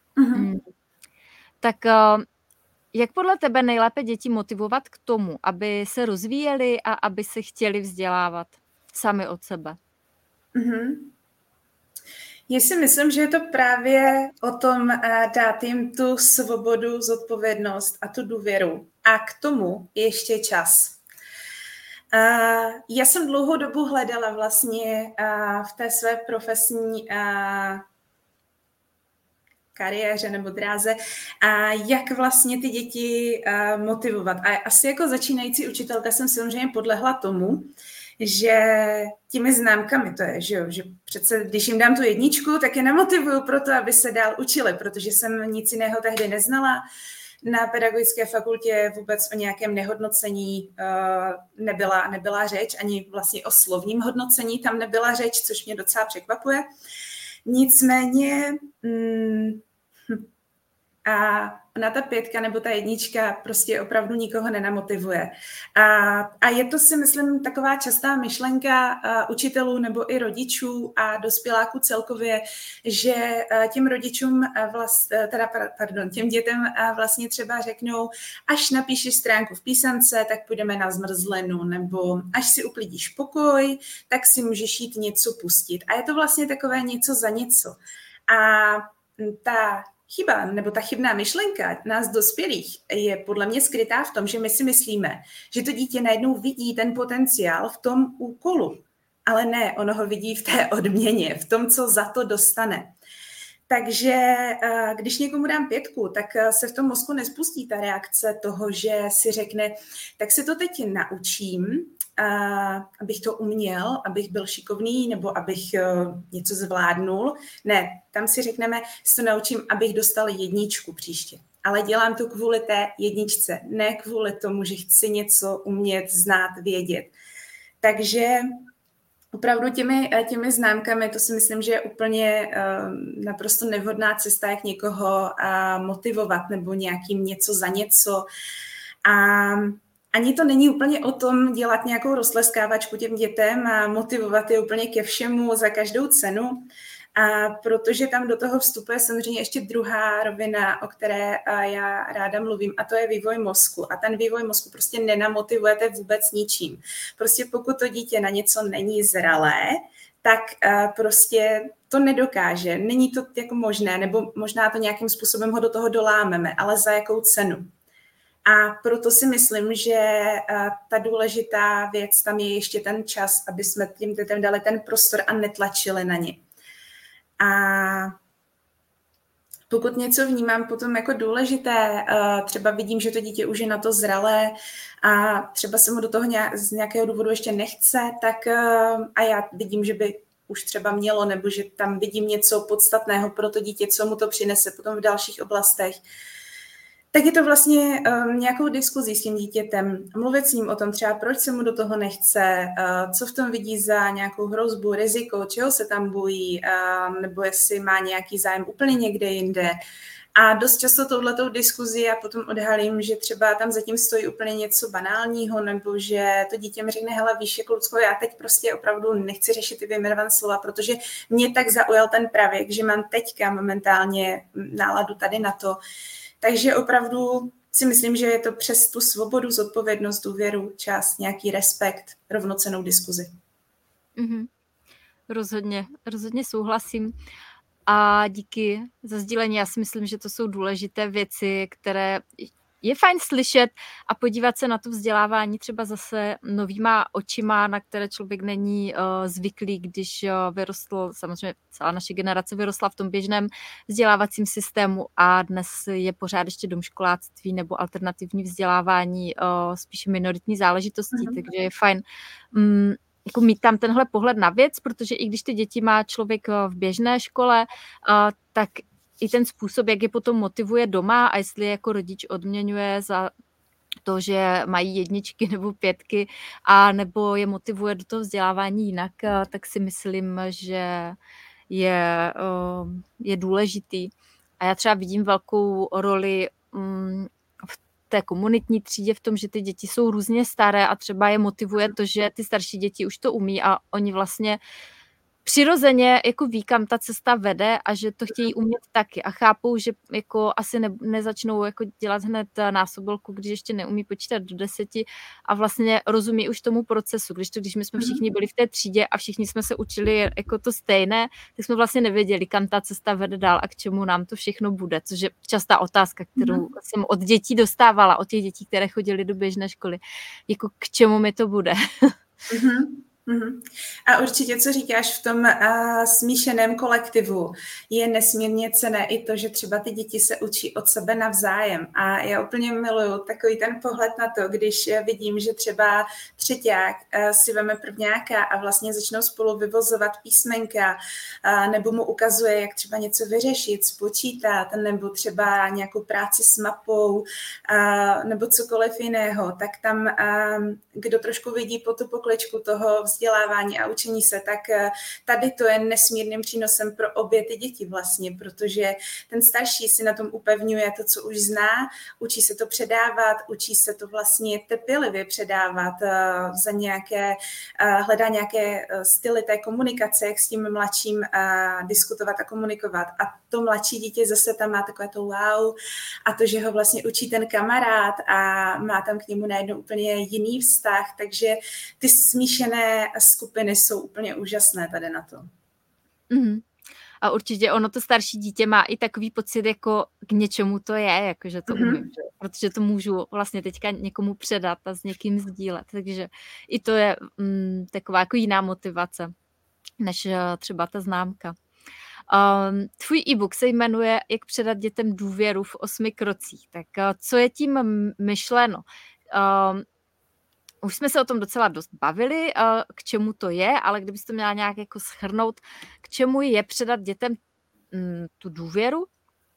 Tak jak podle tebe nejlépe děti motivovat k tomu, aby se rozvíjeli a aby se chtěli vzdělávat sami od sebe? Já si myslím, že je to právě o tom dát jim tu svobodu, zodpovědnost a tu důvěru. A k tomu ještě čas. Já jsem dlouhou dobu hledala vlastně v té své profesní kariéře nebo dráze, a jak vlastně ty děti motivovat. A asi jako začínající učitelka jsem samozřejmě podlehla tomu, že těmi známkami to je, že přece když jim dám tu 1, tak je nemotivuju pro to, aby se dál učili, protože jsem nic jiného tehdy neznala. Na pedagogické fakultě vůbec o nějakém nehodnocení nebyla řeč, ani vlastně o slovním hodnocení tam nebyla řeč, což mě docela překvapuje. Nicméně a ona ta 5 nebo ta 1 prostě opravdu nikoho nenamotivuje. A je to, si myslím, taková častá myšlenka učitelů nebo i rodičů a dospěláků celkově, že těm rodičům těm dětem vlastně třeba řeknou, až napíšeš stránku v písance, tak půjdeme na zmrzlinu, nebo až si uklidíš pokoj, tak si můžeš jít něco pustit. A je to vlastně takové něco za něco. A ta chyba nebo ta chybná myšlenka nás dospělých je podle mě skrytá v tom, že my si myslíme, že to dítě najednou vidí ten potenciál v tom úkolu, ale ne, ono ho vidí v té odměně, v tom, co za to dostane. Takže když někomu dám 5, tak se v tom mozku nespustí ta reakce toho, že si řekne, tak se to teď naučím, abych to uměl, abych byl šikovný nebo abych něco zvládnul. Ne, tam si řekneme, že to naučím, abych dostal 1 příště. Ale dělám to kvůli té 1, ne kvůli tomu, že chci něco umět, znát, vědět. Takže opravdu těmi známkami, to si myslím, že je úplně naprosto nevhodná cesta, jak někoho motivovat nebo nějakým něco za něco. A ani to není úplně o tom dělat nějakou rozleskávačku těm dětem a motivovat je úplně ke všemu za každou cenu, protože tam do toho vstupuje samozřejmě ještě druhá rovina, o které já ráda mluvím, a to je vývoj mozku. A ten vývoj mozku prostě nenamotivujete vůbec ničím. Prostě pokud to dítě na něco není zralé, tak prostě to nedokáže. Není to jako možné, nebo možná to nějakým způsobem ho do toho dolámeme, ale za jakou cenu. A proto si myslím, že ta důležitá věc tam je ještě ten čas, aby jsme tím dětem dali ten prostor a netlačili na ně. A pokud něco vnímám potom jako důležité, třeba vidím, že to dítě už je na to zralé a třeba se mu do toho z nějakého důvodu ještě nechce, tak a já vidím, že by už třeba mělo, nebo že tam vidím něco podstatného pro to dítě, co mu to přinese potom v dalších oblastech, tak je to vlastně nějakou diskuzí s tím dítětem, mluvit s ním o tom třeba, proč se mu do toho nechce, co v tom vidí za nějakou hrozbu, riziko, čeho se tam bojí, nebo jestli má nějaký zájem úplně někde jinde. A dost často touhletou diskuzi já potom odhalím, že třeba tam zatím stojí úplně něco banálního, nebo že to dítě mi řekne, hele, víš, jako Lucko, já teď prostě opravdu nechci řešit ty vyjmenované slova, protože mě tak zaujal ten pravěk, že mám teďka momentálně náladu tady na to. Takže opravdu si myslím, že je to přes tu svobodu, zodpovědnost, důvěru, čas, nějaký respekt, rovnocennou diskuzi. Mm-hmm. Rozhodně souhlasím. A díky za sdílení. Já si myslím, že to jsou důležité věci, které je fajn slyšet a podívat se na to vzdělávání třeba zase novýma očima, na které člověk není zvyklý, když vyrostl, samozřejmě celá naše generace vyrostla v tom běžném vzdělávacím systému a dnes je pořád ještě domškoláctví nebo alternativní vzdělávání spíš minoritní záležitostí, takže je fajn jako mít tam tenhle pohled na věc, protože i když ty děti má člověk v běžné škole, tak i ten způsob, jak je potom motivuje doma a jestli jako rodič odměňuje za to, že mají 1 nebo 5 a nebo je motivuje do toho vzdělávání jinak, tak si myslím, že je důležitý. A já třeba vidím velkou roli v té komunitní třídě v tom, že ty děti jsou různě staré a třeba je motivuje to, že ty starší děti už to umí a oni vlastně přirozeně jako ví, kam ta cesta vede a že to chtějí umět taky a chápou, že jako asi nezačnou jako dělat hned násobilku, když ještě neumí počítat do 10 a vlastně rozumí už tomu procesu. Když my jsme všichni byli v té třídě a všichni jsme se učili jako to stejné, tak jsme vlastně nevěděli, kam ta cesta vede dál a k čemu nám to všechno bude, což je častá otázka, kterou jsem od dětí dostávala, od těch dětí, které chodily do běžné školy, jako k čemu mi to bude. A určitě, co říkáš v tom smíšeném kolektivu, je nesmírně cenné i to, že třeba ty děti se učí od sebe navzájem. A já úplně miluju takový ten pohled na to, když vidím, že třeba třeťák si veme prvňáka a vlastně začnou spolu vyvozovat písmenka, nebo mu ukazuje, jak třeba něco vyřešit, spočítat, nebo třeba nějakou práci s mapou, nebo cokoliv jiného, tak tam, kdo trošku vidí po tu pokličku toho vzdělávání a učení se, tak tady to je nesmírným přínosem pro obě ty děti vlastně, protože ten starší si na tom upevňuje to, co už zná, učí se to předávat, učí se to vlastně trpělivě předávat, hledá nějaké styly té komunikace, jak s tím mladším diskutovat a komunikovat. A to mladší dítě zase tam má takové to wow a to, že ho vlastně učí ten kamarád a má tam k němu najednou úplně jiný vztah, takže ty smíšené skupiny jsou úplně úžasné tady na to. A určitě ono to starší dítě má i takový pocit, jako k něčemu to je, jako že to umím, protože to můžu vlastně teďka někomu předat a s někým sdílet, takže i to je taková jako jiná motivace, než třeba ta známka. Tvůj e-book se jmenuje Jak předat dětem důvěru v 8 krocích, tak co je tím myšleno? Už jsme se o tom docela dost bavili, k čemu to je, ale kdybys to měla nějak jako shrnout, k čemu je předat dětem tu důvěru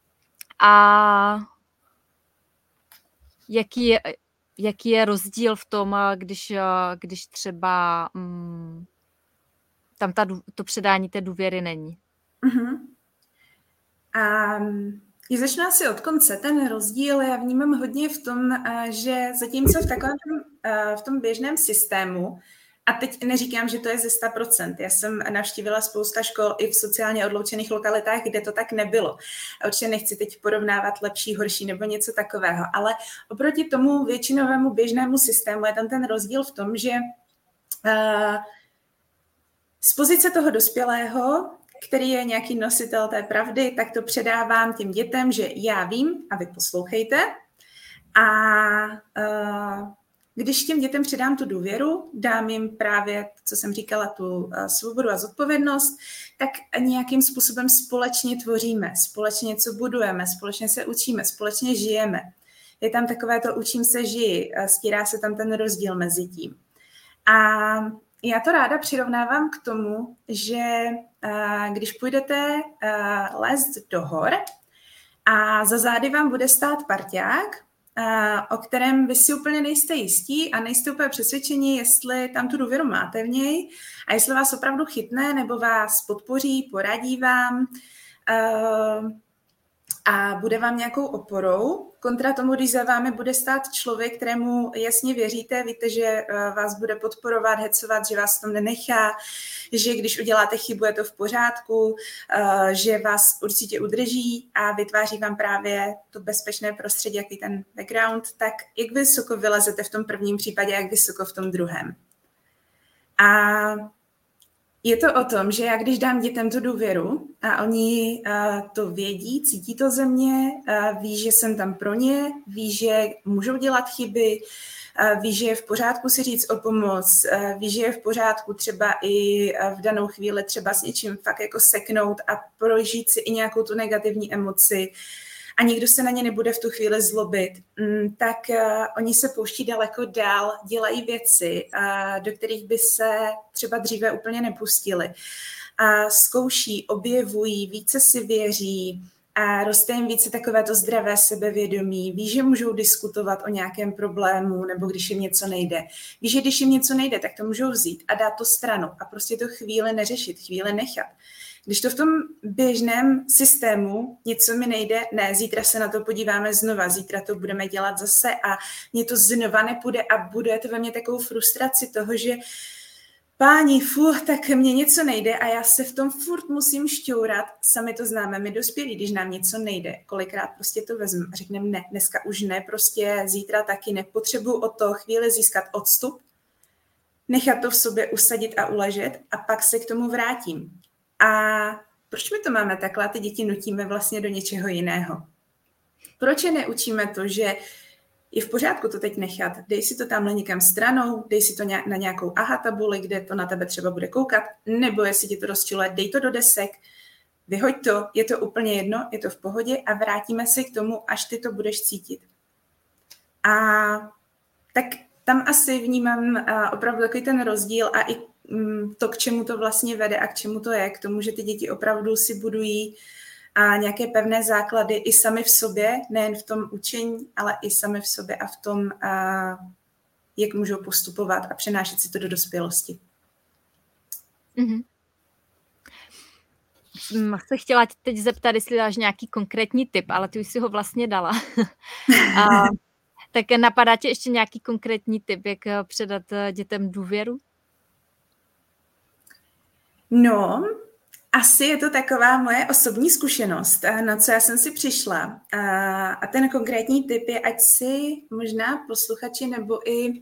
a jaký je rozdíl v tom, když třeba tam to předání té důvěry není. Já začnu asi od konce. Ten rozdíl já vnímám hodně v tom, že zatímco v tom běžném systému, a teď neříkám, že to je ze 100%, já jsem navštívila spousta škol i v sociálně odloučených lokalitách, kde to tak nebylo. Určitě nechci teď porovnávat lepší, horší nebo něco takového, ale oproti tomu většinovému běžnému systému je tam ten rozdíl v tom, že z pozice toho dospělého, který je nějaký nositel té pravdy, tak to předávám těm dětem, že já vím a vy poslouchejte. A když těm dětem předám tu důvěru, dám jim právě, co jsem říkala, tu svobodu a zodpovědnost, tak nějakým způsobem společně tvoříme, společně něco budujeme, společně se učíme, společně žijeme. Je tam takové to učím se, žiji, stírá se tam ten rozdíl mezi tím. A já to ráda přirovnávám k tomu, že když půjdete lézt do hor A za zády vám bude stát parťák, o kterém vy si úplně nejste jistí a nejste úplně přesvědčení, jestli tam tu důvěru máte v něj a jestli vás opravdu chytne nebo vás podpoří, poradí vám a bude vám nějakou oporou. Kontra tomu, když za vámi bude stát člověk, kterému jasně věříte, víte, že vás bude podporovat, hecovat, že vás v tom nenechá, že když uděláte chybu, je to v pořádku, že vás určitě udrží a vytváří vám právě to bezpečné prostředí, jaký ten background, tak jak vysoko vylezete v tom prvním případě, jak vysoko v tom druhém. A je to o tom, že já když dám dětem tu důvěru a oni to vědí, cítí to ze mě, ví, že jsem tam pro ně, ví, že můžou dělat chyby, ví, že je v pořádku si říct o pomoc, ví, že je v pořádku třeba i v danou chvíli třeba s něčím fakt jako seknout a prožít si i nějakou tu negativní emoci a nikdo se na ně nebude v tu chvíli zlobit, tak oni se pouští daleko dál, dělají věci, do kterých by se třeba dříve úplně nepustili. A zkouší, objevují, více si věří a roste jim více takové to zdravé sebevědomí. Ví, že můžou diskutovat o nějakém problému nebo když jim něco nejde. Ví, že když jim něco nejde, tak to můžou vzít a dát to stranou a prostě to chvíli neřešit, chvíli nechat. Když to v tom běžném systému něco mi nejde, ne, zítra se na to podíváme znova, zítra to budeme dělat zase a mě to znova nepůjde a bude to ve mně takovou frustraci toho, že páni, tak mně něco nejde a já se v tom furt musím šťourat. Sami to známe, my dospělí, když nám něco nejde, kolikrát prostě to vezmu a řekneme ne, dneska už ne, prostě zítra taky nepotřebuji o to chvíli získat odstup, nechat to v sobě usadit a uležet a pak se k tomu vrátím. A proč my to máme takhle a ty děti nutíme vlastně do něčeho jiného? Proč je neučíme to, že je v pořádku to teď nechat, dej si to tamhle někam stranou, dej si to na nějakou aha tabuli, kde to na tebe třeba bude koukat, nebo jestli ti to rozčiluje, dej to do desek, vyhoď to, je to úplně jedno, je to v pohodě a vrátíme se k tomu, až ty to budeš cítit. A tak tam asi vnímám opravdu takový ten rozdíl a i to, k čemu to vlastně vede a k čemu to je, k tomu, že ty děti opravdu si budují nějaké pevné základy i sami v sobě, nejen v tom učení, ale i sami v sobě a v tom, jak můžou postupovat a přenášet si to do dospělosti. Mm-hmm. Se chtěla teď zeptat, jestli dáš nějaký konkrétní tip, ale ty už si ho vlastně dala. Tak napadá tě ještě nějaký konkrétní tip, jak předat dětem důvěru? No, asi je to taková moje osobní zkušenost, na co já jsem si přišla. A ten konkrétní tip je, ať si možná posluchači nebo i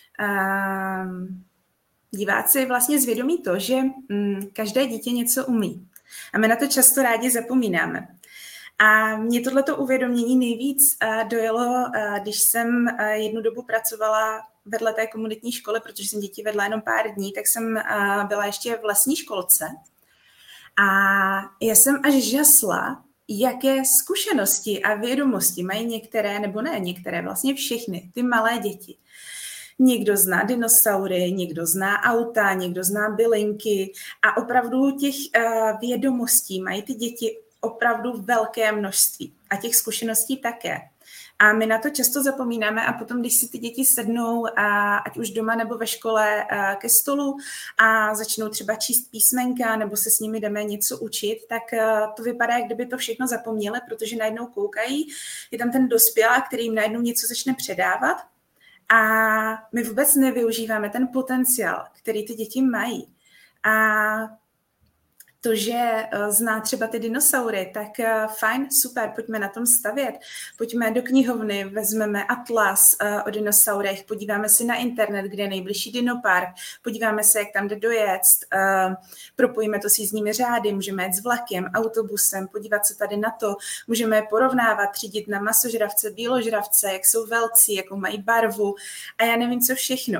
diváci vlastně zvědomí to, že každé dítě něco umí. A my na to často rádi zapomínáme. A mě tohleto uvědomění nejvíc dojelo, když jsem jednu dobu pracovala vedle té komunitní školy, protože jsem děti vedla jenom pár dní, tak jsem byla ještě v lesní školce. A já jsem až žasla, jaké zkušenosti a vědomosti mají některé, nebo ne některé, vlastně všechny, ty malé děti. Někdo zná dinosaury, někdo zná auta, někdo zná bylinky a opravdu těch vědomostí mají ty děti opravdu velké množství a těch zkušeností také. A my na to často zapomínáme a potom, když si ty děti sednou, ať už doma nebo ve škole, ke stolu a začnou třeba číst písmenka nebo se s nimi jdeme něco učit, tak to vypadá, jak kdyby to všechno zapomněli, protože najednou koukají, je tam ten dospělák, který jim najednou něco začne předávat a my vůbec nevyužíváme ten potenciál, který ty děti mají. A to, že zná třeba ty dinosaury, tak fajn, super, pojďme na tom stavět. Pojďme do knihovny, vezmeme atlas o dinosaurech, podíváme si na internet, kde je nejbližší dinopark, podíváme se, jak tam jde dojet, propojíme to s jízdními řády, můžeme jet s vlakem, autobusem, podívat se tady na to, můžeme je porovnávat, třídit na masožravce, bíložravce, jak jsou velcí, jakou mají barvu a já nevím, co všechno.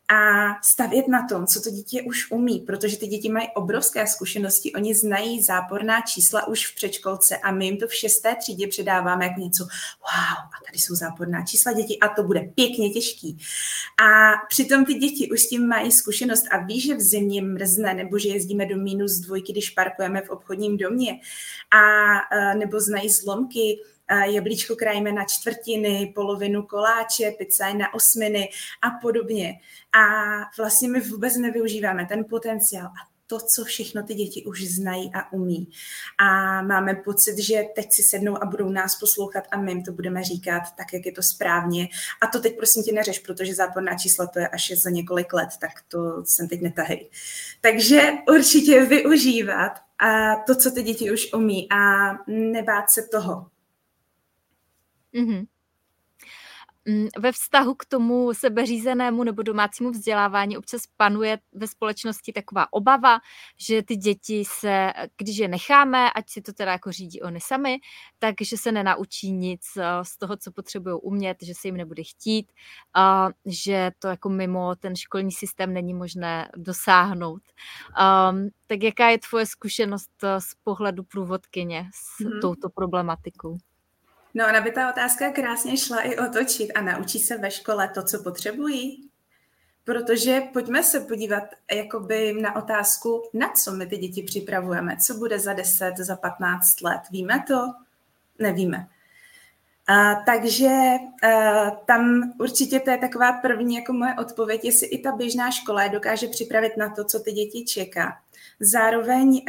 a stavět na tom, co to dítě už umí, protože ty děti mají obrovské zkušenosti, oni znají záporná čísla už v předškolce a my jim to v 6. třídě předáváme jako něco, wow, a tady jsou záporná čísla děti a to bude pěkně těžký. A přitom ty děti už s tím mají zkušenost a ví, že v zimě mrzne nebo že jezdíme do -2, když parkujeme v obchodním domě a nebo znají zlomky, jablíčko krajíme na čtvrtiny, polovinu koláče, pizza je na 8 a podobně. A vlastně my vůbec nevyužíváme ten potenciál a to, co všechno ty děti už znají a umí. A máme pocit, že teď si sednou a budou nás poslouchat a my jim to budeme říkat tak, jak je to správně. A to teď prosím tě neřeš, protože záporná čísla to je až za několik let, tak to sem teď netahej. Takže určitě využívat a to, co ty děti už umí a nebát se toho. Mm-hmm. Ve vztahu k tomu sebeřízenému nebo domácímu vzdělávání občas panuje ve společnosti taková obava, že ty děti se, když je necháme, ať si to teda jako řídí oni sami, takže se nenaučí nic z toho, co potřebují umět, že se jim nebude chtít, že to jako mimo ten školní systém není možné dosáhnout. Tak jaká je tvoje zkušenost z pohledu průvodkyně s touto problematikou? No, ona by ta otázka krásně šla i otočit a naučí se ve škole to, co potřebují. Protože pojďme se podívat jakoby na otázku, na co my ty děti připravujeme, co bude za 10, za 15 let. Víme to? Nevíme. Takže tam určitě to je taková první jako moje odpověď, jestli i ta běžná škola je dokáže připravit na to, co ty děti čeká. Zároveň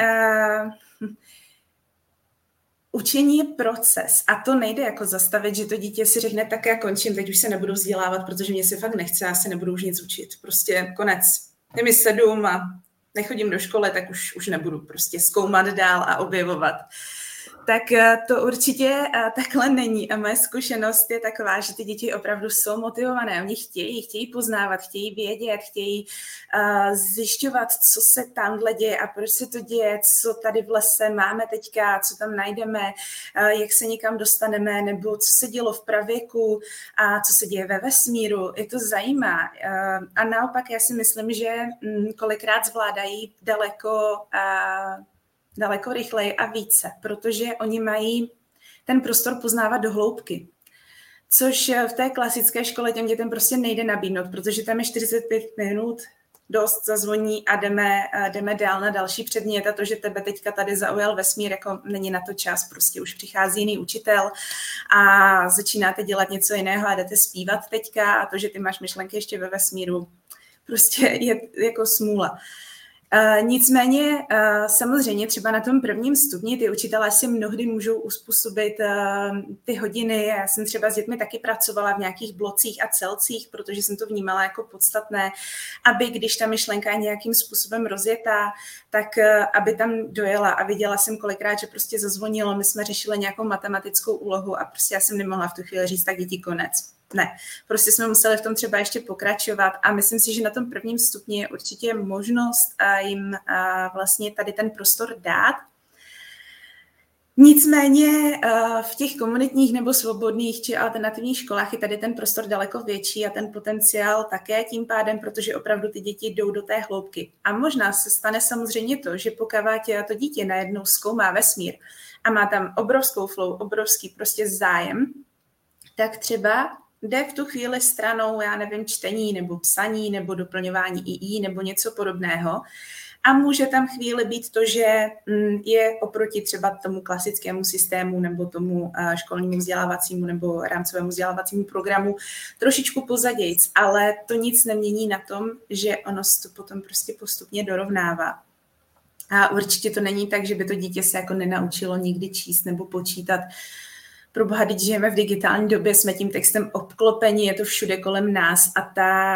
učení je proces a to nejde jako zastavit, že to dítě si řekne, tak já končím, teď už se nebudu vzdělávat, protože mě se fakt nechce, já se nebudu už nic učit. Prostě konec. Je mi 7 a nechodím do školy, tak už nebudu prostě zkoumat dál a objevovat. Tak to určitě takhle není a moje zkušenost je taková, že ty děti opravdu jsou motivované, oni chtějí poznávat, chtějí vědět, chtějí zjišťovat, co se tamhle děje a proč se to děje, co tady v lese máme teďka, co tam najdeme, jak se někam dostaneme, nebo co se dělo v pravěku a co se děje ve vesmíru. Je to zajímá. A naopak já si myslím, že kolikrát zvládají daleko rychleji a více, protože oni mají ten prostor poznávat do hloubky. Což v té klasické škole těm dětem prostě nejde nabídnout, protože tam je 45 minut, dost zazvoní a jdeme dál na další předmět a to, že tebe teďka tady zaujal vesmír, jako není na to čas, prostě už přichází jiný učitel a začínáte dělat něco jiného a jdete zpívat teďka a to, že ty máš myšlenky ještě ve vesmíru, prostě je jako smůla. Nicméně samozřejmě třeba na tom prvním stupni ty učitelé si mnohdy můžou uspůsobit ty hodiny. Já jsem třeba s dětmi taky pracovala v nějakých blocích a celcích, protože jsem to vnímala jako podstatné, aby když ta myšlenka je nějakým způsobem rozjetá, tak aby tam dojela a viděla jsem kolikrát, že prostě zazvonilo, my jsme řešili nějakou matematickou úlohu a prostě já jsem nemohla v tu chvíli říct, tak děti konec. Ne, prostě jsme museli v tom třeba ještě pokračovat a myslím si, že na tom prvním stupni je určitě možnost jim vlastně tady ten prostor dát. Nicméně v těch komunitních nebo svobodných či alternativních školách je tady ten prostor daleko větší a ten potenciál také tím pádem, protože opravdu ty děti jdou do té hloubky. A možná se stane samozřejmě to, že pokud to dítě najednou zkoumá vesmír a má tam obrovskou flow, obrovský prostě zájem, tak třeba jde v tu chvíli stranou, já nevím, čtení nebo psaní nebo doplňování II nebo něco podobného. A může tam chvíli být to, že je oproti třeba tomu klasickému systému nebo tomu školnímu vzdělávacímu nebo rámcovému vzdělávacímu programu trošičku pozadějc, ale to nic nemění na tom, že ono se to potom prostě postupně dorovnává. A určitě to není tak, že by to dítě se jako nenaučilo nikdy číst nebo počítat. Proboha, když žijeme v digitální době, jsme tím textem obklopeni, je to všude kolem nás a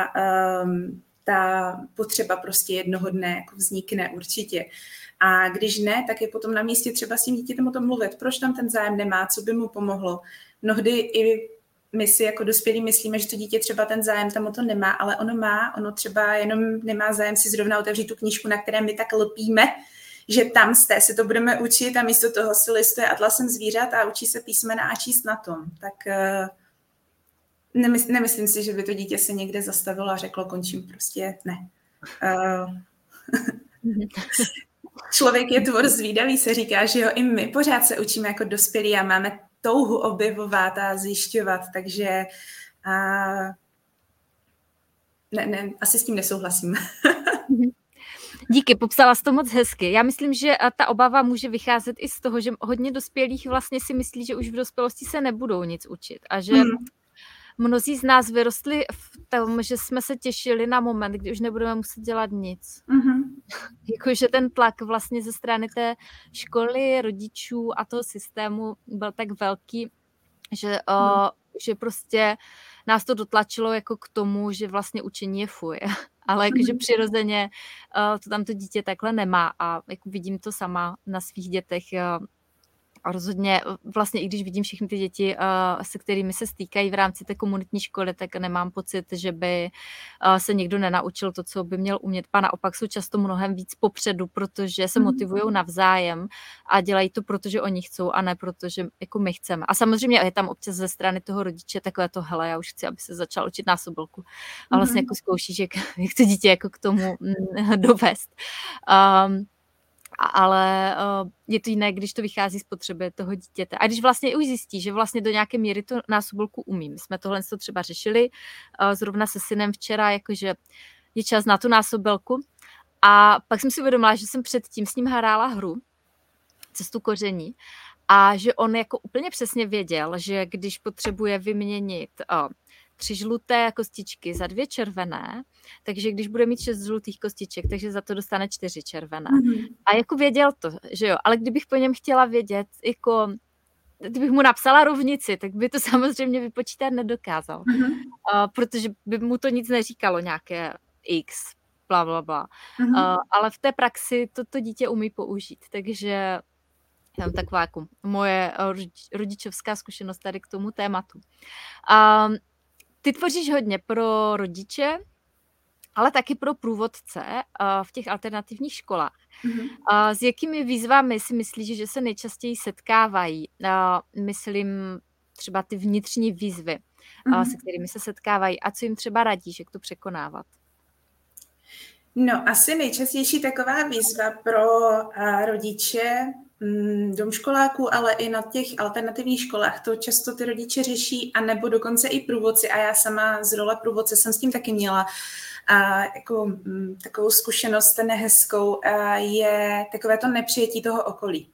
ta potřeba prostě jednoho dne jako vznikne určitě. A když ne, tak je potom na místě třeba s tím dítětem o tom mluvit. Proč tam ten zájem nemá, co by mu pomohlo. Mnohdy i my si jako dospělí myslíme, že to dítě třeba ten zájem tam o to nemá, ale ono má, ono třeba jenom nemá zájem si zrovna otevřít tu knížku, na které my tak lpíme, že tam z té se to budeme učit a místo toho si listuje atlasem zvířat a učí se písmena a číst na tom. Tak Nemyslím si, že by to dítě se někde zastavilo a řeklo, končím, prostě ne. Člověk je tvor zvídavý, se říká, že jo, i my pořád se učíme jako dospělí a máme touhu objevovat a zjišťovat, takže ne, asi s tím nesouhlasím. Díky, popsala jsi to moc hezky. Já myslím, že ta obava může vycházet i z toho, že hodně dospělých vlastně si myslí, že už v dospělosti se nebudou nic učit a že mnozí z nás vyrostli v tom, že jsme se těšili na moment, kdy už nebudeme muset dělat nic. Jakože ten tlak vlastně ze strany té školy, rodičů a toho systému byl tak velký, že prostě nás to dotlačilo jako k tomu, že vlastně učení je fuj. Ale jakože přirozeně to tam to dítě takhle nemá a jako vidím to sama na svých dětech. A rozhodně vlastně, i když vidím všechny ty děti, se kterými se stýkají v rámci té komunitní školy, tak nemám pocit, že by se někdo nenaučil to, co by měl umět. A naopak jsou často mnohem víc popředu, protože se motivují navzájem a dělají to, protože oni chcou a ne protože jako my chceme. A samozřejmě je tam občas ze strany toho rodiče takové to, hele, já už chci, aby se začal učit násobilku. A vlastně jako zkoušíš, jak to dítě jako k tomu dovést. Ale je to jiné, když to vychází z potřeby toho dítěte. A když vlastně už zjistí, že vlastně do nějaké míry to násobilku umí. My jsme tohle třeba řešili zrovna se synem včera, jakože je čas na tu násobilku. A pak jsem si uvědomila, že jsem předtím s ním hrála hru Cestu koření a že on jako úplně přesně věděl, že když potřebuje vyměnit 3 žluté kostičky za 2 červené, takže když bude mít 6 žlutých kostiček, takže za to dostane 4 červené. A jako věděl to, že jo, ale kdybych po něm chtěla vědět, jako kdybych mu napsala rovnici, tak by to samozřejmě vypočítat nedokázal. Protože by mu to nic neříkalo, nějaké x, bla, bla, bla. Ale v té praxi to dítě umí použít, takže tam taková jako moje rodičovská zkušenost tady k tomu tématu. Ty tvoříš hodně pro rodiče, ale taky pro průvodce v těch alternativních školách. S jakými výzvami si myslíš, že se nejčastěji setkávají? Myslím třeba ty vnitřní výzvy, se kterými se setkávají a co jim třeba radíš, jak to překonávat? No, asi nejčastější taková výzva pro rodiče domškoláků, ale i na těch alternativních školách to často ty rodiče řeší, anebo dokonce i průvodci. A já sama z role průvodce jsem s tím taky měla takovou zkušenost nehezkou, je takové to nepřijetí toho okolí.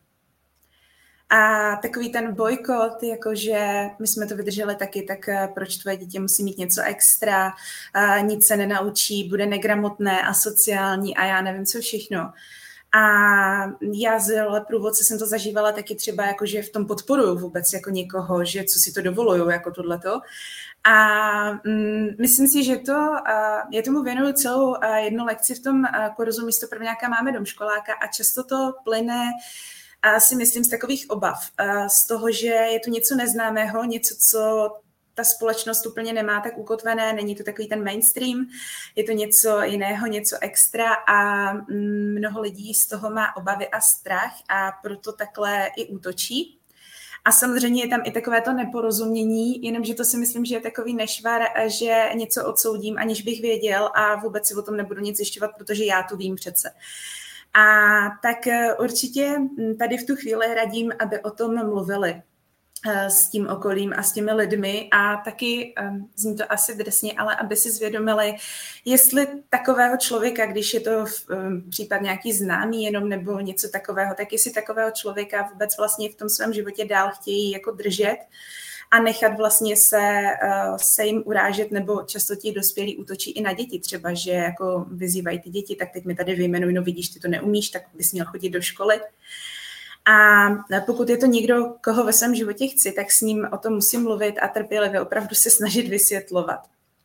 A takový ten bojkot, jakože my jsme to vydrželi taky, tak proč tvoje dítě musí mít něco extra, nic se nenaučí, bude negramotné, asociální a já nevím co všechno. A já z role průvodce jsem to zažívala taky třeba, jakože v tom podporuju vůbec jako někoho, že co si to dovoluju, jako tohleto. A myslím si, že já tomu věnuju celou jednu lekci v tom kurzu Místo prvňáka máme domškoláka a často to plyne si myslím z takových obav, z toho, že je to něco neznámého, něco, co ta společnost úplně nemá tak ukotvené, není to takový ten mainstream, je to něco jiného, něco extra a mnoho lidí z toho má obavy a strach a proto takhle i útočí. A samozřejmě je tam i takové to neporozumění, jenomže to si myslím, že je takový nešvar, že něco odsoudím, aniž bych věděl a vůbec si o tom nebudu nic zjišťovat, protože já to vím přece. A tak určitě tady v tu chvíli radím, aby o tom mluvili s tím okolím a s těmi lidmi a taky, zní to asi drsně, ale aby si zvědomili, jestli takového člověka, když je to případ nějaký známý jenom nebo něco takového, tak jestli takového člověka vůbec vlastně v tom svém životě dál chtějí jako držet a nechat vlastně se jim urážet, nebo často ti dospělí útočí i na děti třeba, že jako vyzývají ty děti, tak teď mi tady vyjmenuj, no vidíš, ty to neumíš, tak bys měl chodit do školy. A pokud je to někdo, koho ve svém životě chci, tak s ním o tom musím mluvit a trpělivě opravdu se snažit vysvětlovat.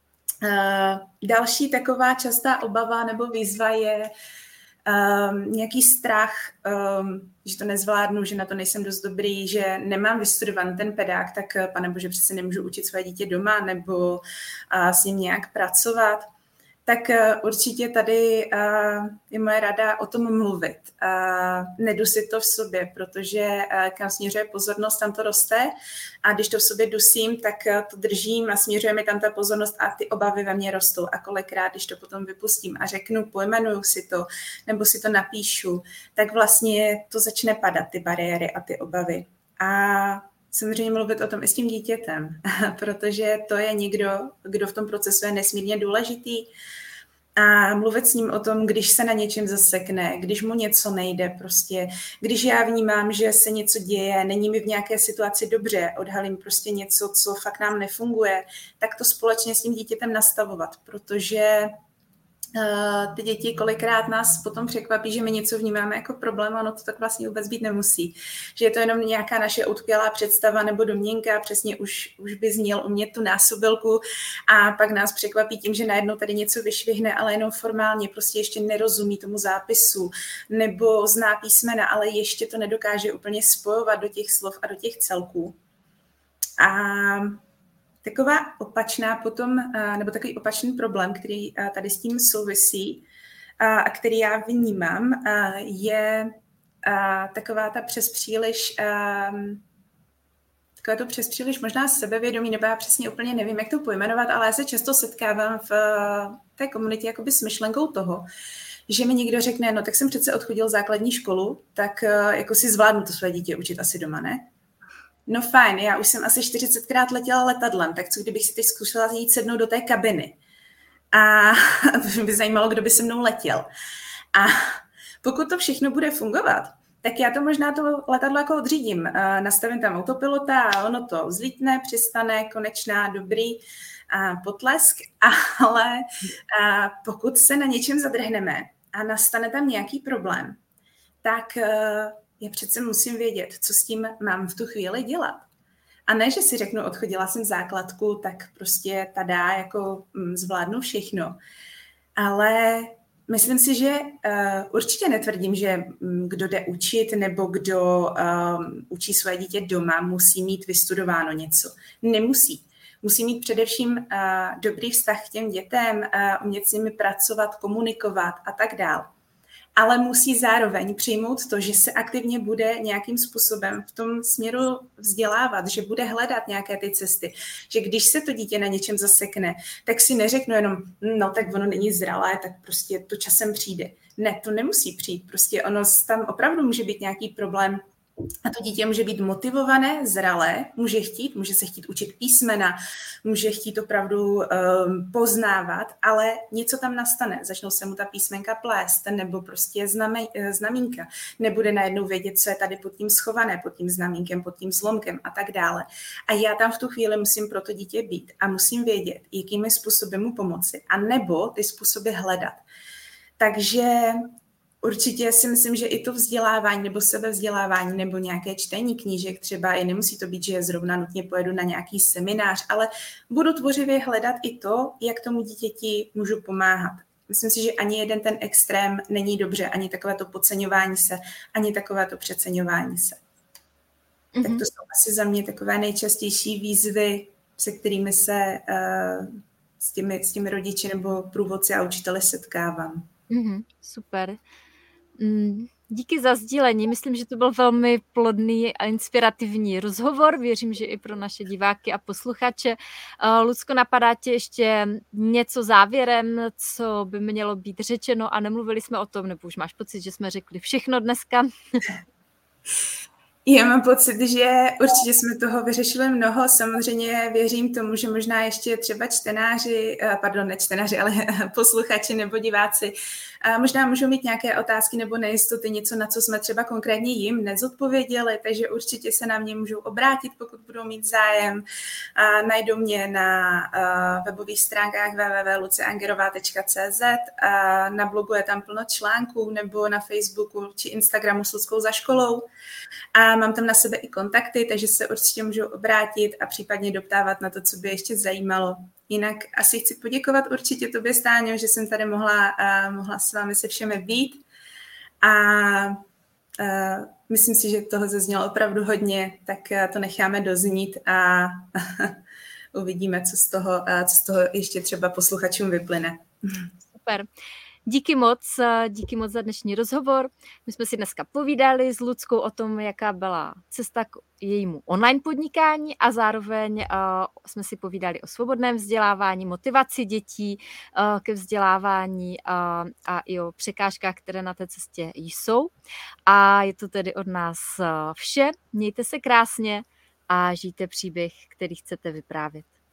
Další taková častá obava nebo výzva je nějaký strach, že to nezvládnu, že na to nejsem dost dobrý, že nemám vystudovaný ten pedák, tak panebože přece nemůžu učit své dítě doma nebo s ním nějak pracovat. tak určitě tady je moje rada o tom mluvit. Nedusit to v sobě, protože kam směřuje pozornost, tam to roste a když to v sobě dusím, tak to držím a směřuje mi tam ta pozornost a ty obavy ve mně rostou. A kolikrát, když to potom vypustím a řeknu, pojmenuju si to, nebo si to napíšu, tak vlastně to začne padat, ty bariéry a ty obavy. A samozřejmě mluvit o tom i s tím dítětem, protože to je někdo, kdo v tom procesu je nesmírně důležitý. A mluvit s ním o tom, když se na něčem zasekne, když mu něco nejde prostě, když já vnímám, že se něco děje, není mi v nějaké situaci dobře, odhalím prostě něco, co fakt nám nefunguje, tak to společně s tím dítětem nastavovat, protože ty děti kolikrát nás potom překvapí, že my něco vnímáme jako problém, ono to tak vlastně vůbec být nemusí. Že je to jenom nějaká naše utkvělá představa nebo domněnka, přesně už by zněl umět tu násobilku a pak nás překvapí tím, že najednou tady něco vyšvihne, ale jenom formálně prostě ještě nerozumí tomu zápisu nebo zná písmena, ale ještě to nedokáže úplně spojovat do těch slov a do těch celků. A taková opačná potom, nebo takový opačný problém, který tady s tím souvisí a který já vnímám, je taková ta takové to přes příliš možná sebevědomí, nebo já přesně úplně nevím, jak to pojmenovat, ale já se často setkávám v té komunitě jakoby s myšlenkou toho, že mi někdo řekne, no tak jsem přece odchodil základní školu, tak jako si zvládnu to své dítě učit asi doma, ne? No fajn, já už jsem asi 40krát letěla letadlem, tak co kdybych si teď zkusila jít sednout do té kabiny? A to by zajímalo, kdo by se mnou letěl. A pokud to všechno bude fungovat, tak já to možná to letadlo jako odřídím. Nastavím tam autopilota a ono to vzlítne, přistane, konečná, dobrý potlesk, ale pokud se na něčem zadrhneme a nastane tam nějaký problém, tak já přece musím vědět, co s tím mám v tu chvíli dělat. A ne, že si řeknu, odchodila jsem základku, tak prostě tada, jako zvládnu všechno. Ale myslím si, že určitě netvrdím, že kdo jde učit nebo kdo učí své dítě doma, musí mít vystudováno něco. Nemusí. Musí mít především dobrý vztah k těm dětem, umět s nimi pracovat, komunikovat a tak dál. Ale musí zároveň přijmout to, že se aktivně bude nějakým způsobem v tom směru vzdělávat, že bude hledat nějaké ty cesty, že když se to dítě na něčem zasekne, tak si neřeknu jenom, no tak ono není zralé, tak prostě to časem přijde. Ne, to nemusí přijít, prostě ono tam opravdu může být nějaký problém a to dítě může být motivované, zralé, může se chtít učit písmena, může chtít opravdu poznávat, ale něco tam nastane. Začnou se mu ta písmenka plést, nebo prostě znamínka. Nebude najednou vědět, co je tady pod tím schované, pod tím znamínkem, pod tím zlomkem a tak dále. A já tam v tu chvíli musím pro to dítě být a musím vědět, jakými způsoby mu pomoci, a nebo ty způsoby hledat. Takže určitě si myslím, že i to vzdělávání nebo sebevzdělávání nebo nějaké čtení knížek třeba, i nemusí to být, že zrovna nutně pojedu na nějaký seminář, ale budu tvořivě hledat i to, jak tomu dítěti můžu pomáhat. Myslím si, že ani jeden ten extrém není dobře, ani takové to podceňování se, ani takové to přeceňování se. Mm-hmm. Tak to jsou asi za mě takové nejčastější výzvy, se kterými se s těmi rodiči nebo průvodci a učiteli setkávám. Mm-hmm, super. Díky za sdílení. Myslím, že to byl velmi plodný a inspirativní rozhovor. Věřím, že i pro naše diváky a posluchače. Lucko, napadá tě ještě něco závěrem, co by mělo být řečeno a nemluvili jsme o tom, nebo už máš pocit, že jsme řekli všechno dneska? Já mám pocit, že určitě jsme toho vyřešili mnoho. Samozřejmě věřím tomu, že možná ještě třeba posluchači nebo diváci možná můžou mít nějaké otázky nebo nejistoty, něco, na co jsme třeba konkrétně jim nezodpověděli, takže určitě se na mě můžou obrátit, pokud budou mít zájem. Najdou mě na webových stránkách www.luciangerová.cz, na blogu je tam plno článků, nebo na Facebooku či Instagramu s Luckou za školou. A mám tam na sebe i kontakty, takže se určitě můžou obrátit a případně doptávat na to, co by ještě zajímalo. Jinak asi chci poděkovat určitě tobě, Stáňo, že jsem tady mohla s vámi se všemi být. A myslím si, že toho zaznělo opravdu hodně, tak to necháme doznít a uvidíme, co z toho ještě třeba posluchačům vyplyne. Super. Díky moc za dnešní rozhovor. My jsme si dneska povídali s Luckou o tom, jaká byla cesta k jejímu online podnikání a zároveň jsme si povídali o svobodném vzdělávání, motivaci dětí ke vzdělávání a i o překážkách, které na té cestě jsou. A je to tedy od nás vše. Mějte se krásně a žijte příběh, který chcete vyprávět.